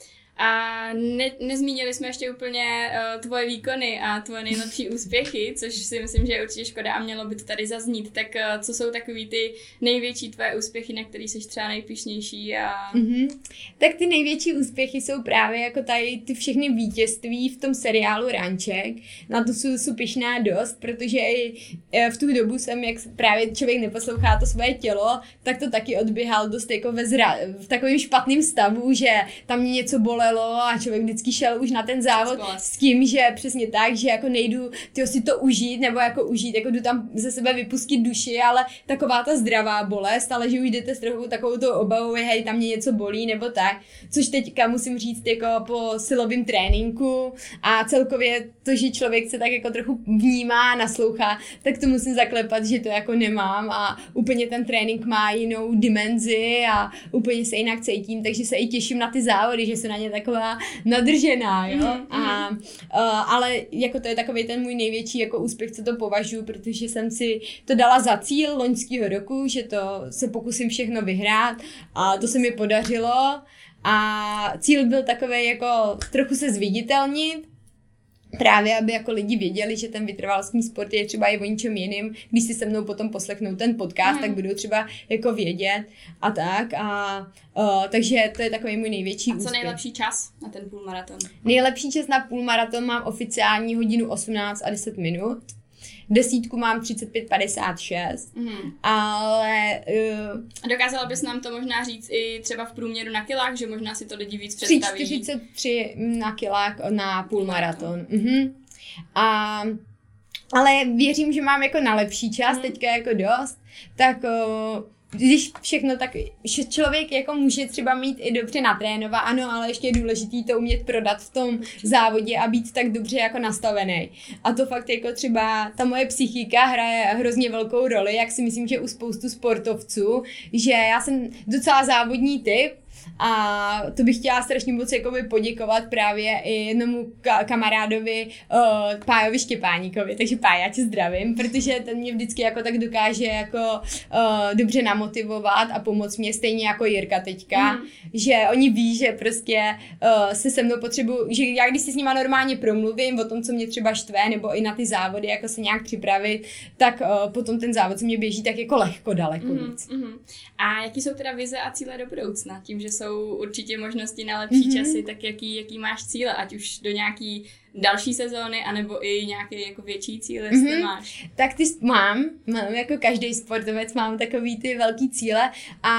A ne, nezmínili jsme ještě úplně uh, tvoje výkony a tvoje nejlepší úspěchy, což si myslím, že je určitě škoda a mělo by to tady zaznít. Tak uh, co jsou takový ty největší tvoje úspěchy, na který jsi třeba nejpyšnější? A... Mm-hmm. Tak ty největší úspěchy jsou právě jako tady ty všechny vítězství v tom seriálu Ranček. Na to jsou, jsou pyšná dost, protože i v tu dobu jsem, jak právě člověk neposlouchá to svoje tělo, tak to taky odběhal dost jako ve zra, v takovém špatném stavu, že tam mě něco bolelo a člověk vždycky šel už na ten závod s tím, že přesně tak, že jako nejdu tyjo, si to užít, nebo jako užít, jako jdu tam ze sebe vypustit duši, ale taková ta zdravá bolest, ale že už jdete s trochu takovou tou obavou, hej, tam mě něco bolí, nebo tak, což teďka musím říct jako po silovém tréninku a celkově to, že člověk se tak jako trochu vnímá, naslouchá, tak to musím zaklepat, že to jako nemám a úplně ten trénink má jinou dimenzi a úplně se jinak cítím, takže se i těším na ty závody, že se na ně taková nadržená, jo. Mm-hmm. A, uh, ale jako to je takový ten můj největší jako úspěch, co to považuji, protože jsem si to dala za cíl loňského roku, že to se pokusím všechno vyhrát a to se mi podařilo. A cíl byl takový jako trochu se zviditelnit, právě aby jako lidi věděli, že ten vytrvalostní sport je třeba i o ničem jiným. Když si se mnou potom poslechnou ten podcast, mm. tak budou třeba jako vědět a tak. A uh, takže to je takový můj největší úspěch. A co úspěch. Nejlepší čas na ten půlmaraton? Nejlepší čas na půlmaraton mám oficiální hodinu osmnáct a deset minut. Desítku mám třicet pět padesát šest, mm. ale... Uh, Dokázala bys nám to možná říct i třeba v průměru na kilách, že možná si to lidi víc představí? tři čtyřicet tři na kilách na půlmaraton. Mm-hmm. A, ale věřím, že mám jako na lepší čas, mm. teďka jako dost, tak... Uh, když všechno tak, že člověk jako může třeba mít i dobře natrénovat, ano, ale ještě je důležitý to umět prodat v tom závodě a být tak dobře jako nastavený. A to fakt jako třeba ta moje psychika hraje hrozně velkou roli, jak si myslím, že u spoustu sportovců, že já jsem docela závodní typ, a to bych chtěla strašně moc jakoby poděkovat právě i jednomu ka- kamarádovi uh, Pájovi Štěpáníkovi, takže Páj, já tě zdravím, protože ten mě vždycky jako tak dokáže jako uh, dobře namotivovat a pomoct mě stejně jako Jirka teďka, mm. že oni ví, že prostě uh, se se mnou potřebuji, že já když si s nima normálně promluvím o tom, co mě třeba štve, nebo i na ty závody jako se nějak připravit, tak uh, potom ten závod se mě běží tak jako lehko daleko mm, víc. Mm. A jaký jsou teda vize a cíle do budoucna? Tím, že jsou určitě možnosti na lepší mm-hmm. časy, tak jaký, jaký máš cíle, ať už do nějaký další sezóny, anebo i nějaký jako větší cíl, jestli mm-hmm. máš? Tak ty mám, mám jako každý sportovec, mám takový ty velký cíle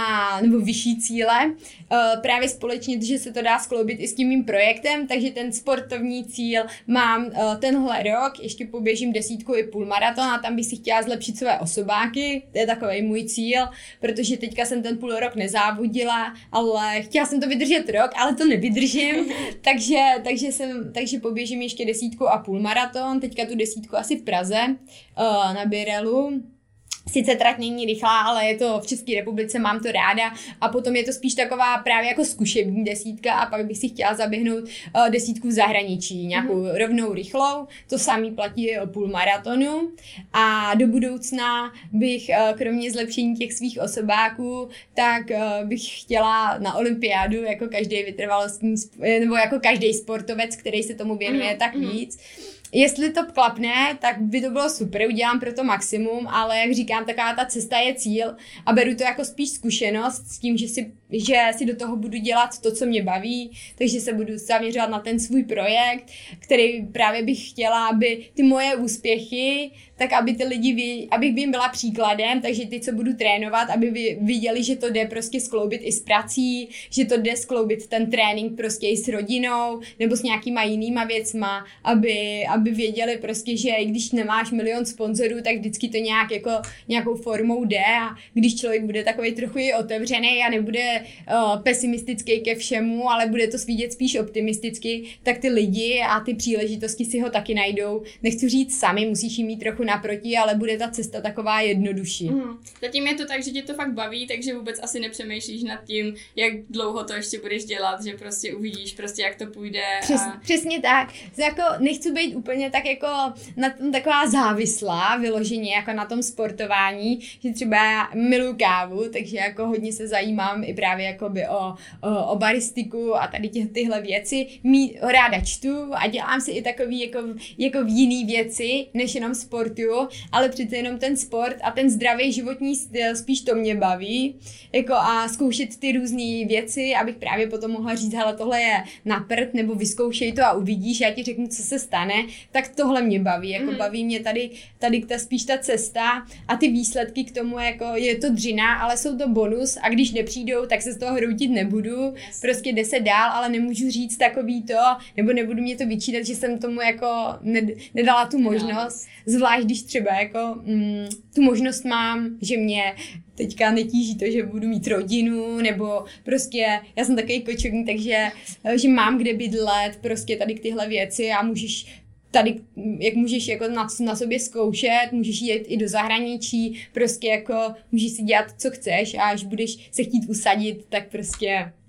a nebo vyšší cíle, uh, právě společně, že se to dá skloubit i s tím mým projektem, takže ten sportovní cíl mám uh, tenhle rok, ještě poběžím desítku i půlmaraton a tam bych si chtěla zlepšit své osobáky, to je takový můj cíl, protože teďka jsem ten půl rok nezávodila, ale chtěla jsem to vydržet rok, ale to nevydržím, takže, takže, jsem, takže poběžím ještě desítku a půl maraton, teďka tu desítku asi v Praze uh, na Birelu. Sice trať není rychlá, ale je to v České republice, mám to ráda a potom je to spíš taková právě jako zkušební desítka a pak bych si chtěla zaběhnout uh, desítku v zahraničí, nějakou mm. rovnou rychlou, to samý platí o půl maratonu a do budoucna bych uh, kromě zlepšení těch svých osobáků, tak uh, bych chtěla na olympiádu jako každý vytrvalostní, nebo jako každý sportovec, který se tomu věnuje, mm. tak víc. Jestli to klapne, tak by to bylo super, udělám pro to maximum, ale jak říkám, taková ta cesta je cíl a beru to jako spíš zkušenost s tím, že si, že si do toho budu dělat to, co mě baví, takže se budu zaměřovat na ten svůj projekt, který právě bych chtěla, aby ty moje úspěchy, tak aby ty lidi, ví, abych jim byla příkladem, takže ty, co budu trénovat, aby viděli, že to jde prostě skloubit i s prací, že to jde skloubit ten trénink prostě i s rodinou nebo s nějakýma jinýma věcma, aby, aby věděli prostě, že i když nemáš milion sponzorů, tak vždycky to nějak jako nějakou formou jde a když člověk bude takový trochu i otevřený a nebude uh, pesimistický ke všemu, ale bude to vidět spíš optimisticky, tak ty lidi a ty příležitosti si ho taky najdou. Nechci říct sami, musíš jim mít trochu naproti, ale bude ta cesta taková jednodušší. Mm. Zatím je to tak, že tě to fakt baví, takže vůbec asi nepřemýšlíš nad tím, jak dlouho to ještě budeš dělat, že prostě uvidíš prostě, jak to půjde. Přes, a... Přesně tak. Jako nechci být úplně tak jako na tom taková závislá vyloženě jako na tom sportování, že třeba já miluji kávu, takže jako hodně se zajímám i právě jakoby o, o, o baristiku a tady tě, tyhle věci. Mí, ráda čtu a dělám si i takový jako, jako v jiný věci, než jenom sportuju, ale přece jenom ten sport a ten zdravý životní styl, spíš to mě baví. Jako a zkoušet ty různé věci, abych právě potom mohla říct, hele, tohle je na prd, nebo vyzkoušej to a uvidíš, já ti řeknu, co se stane, tak tohle mě baví. Jako mm. baví mě tady, tady ta, spíš ta cesta a ty výsledky k tomu, jako je to dřina, ale jsou to bonus a když nepřijdou, tak se z toho hroutit nebudu. Yes. Prostě jde se dál, ale nemůžu říct takový to, nebo nebudu mě to vyčítat, že jsem tomu jako nedala tu možnost. Zvlášť, když třeba jako mm, tu možnost mám, že mě teďka netíží to, že budu mít rodinu, nebo prostě, já jsem takový kočovník, takže že mám kde bydlet, prostě tady k tyhle věci a můžeš tady, jak můžeš jako na, na sobě zkoušet, můžeš jít i do zahraničí, prostě jako můžeš si dělat, co chceš a až budeš se chtít usadit, tak prostě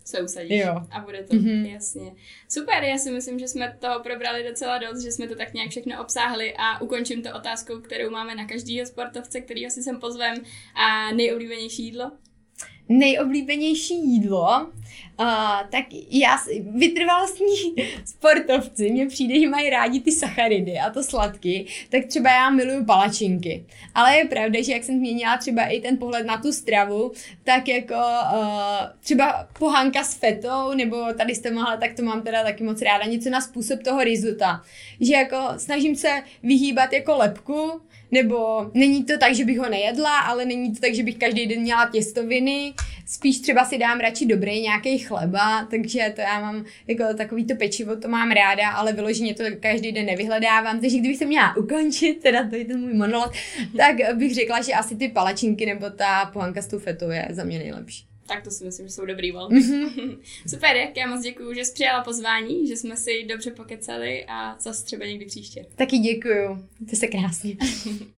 se usadíš jo. a bude to, mm-hmm. jasně. Super, já si myslím, že jsme toho probrali docela dost, že jsme to tak nějak všechno obsáhli a ukončím to otázkou, kterou máme na každýho sportovce, kterýho si sem pozvem. A nejoblíbenější jídlo? Nejoblíbenější jídlo, uh, tak já, vytrvalostní sportovci, mně přijde, že mají rádi ty sacharidy a to sladky, tak třeba já miluju palačinky. Ale je pravda, že jak jsem změnila třeba i ten pohled na tu stravu, tak jako uh, třeba pohanka s fetou, nebo tady s tomuhle, tak to mám teda taky moc ráda, něco na způsob toho risota. Že jako snažím se vyhýbat jako lepku, nebo není to tak, že bych ho nejedla, ale není to tak, že bych každý den měla těstoviny, spíš třeba si dám radši dobrý nějaký chleba, takže to já mám jako takový to pečivo, to mám ráda, ale vyloženě to každý den nevyhledávám, takže kdybych se měla ukončit, teda to je ten můj monolog, tak bych řekla, že asi ty palačinky nebo ta pohanka s tou fetou je za mě nejlepší. Tak to si myslím, že jsou dobrý volby. Mm-hmm. Super, jak já moc děkuju, že jsi přijala pozvání, že jsme si dobře pokecali a zase třeba někdy příště. Taky děkuju, to se krásně.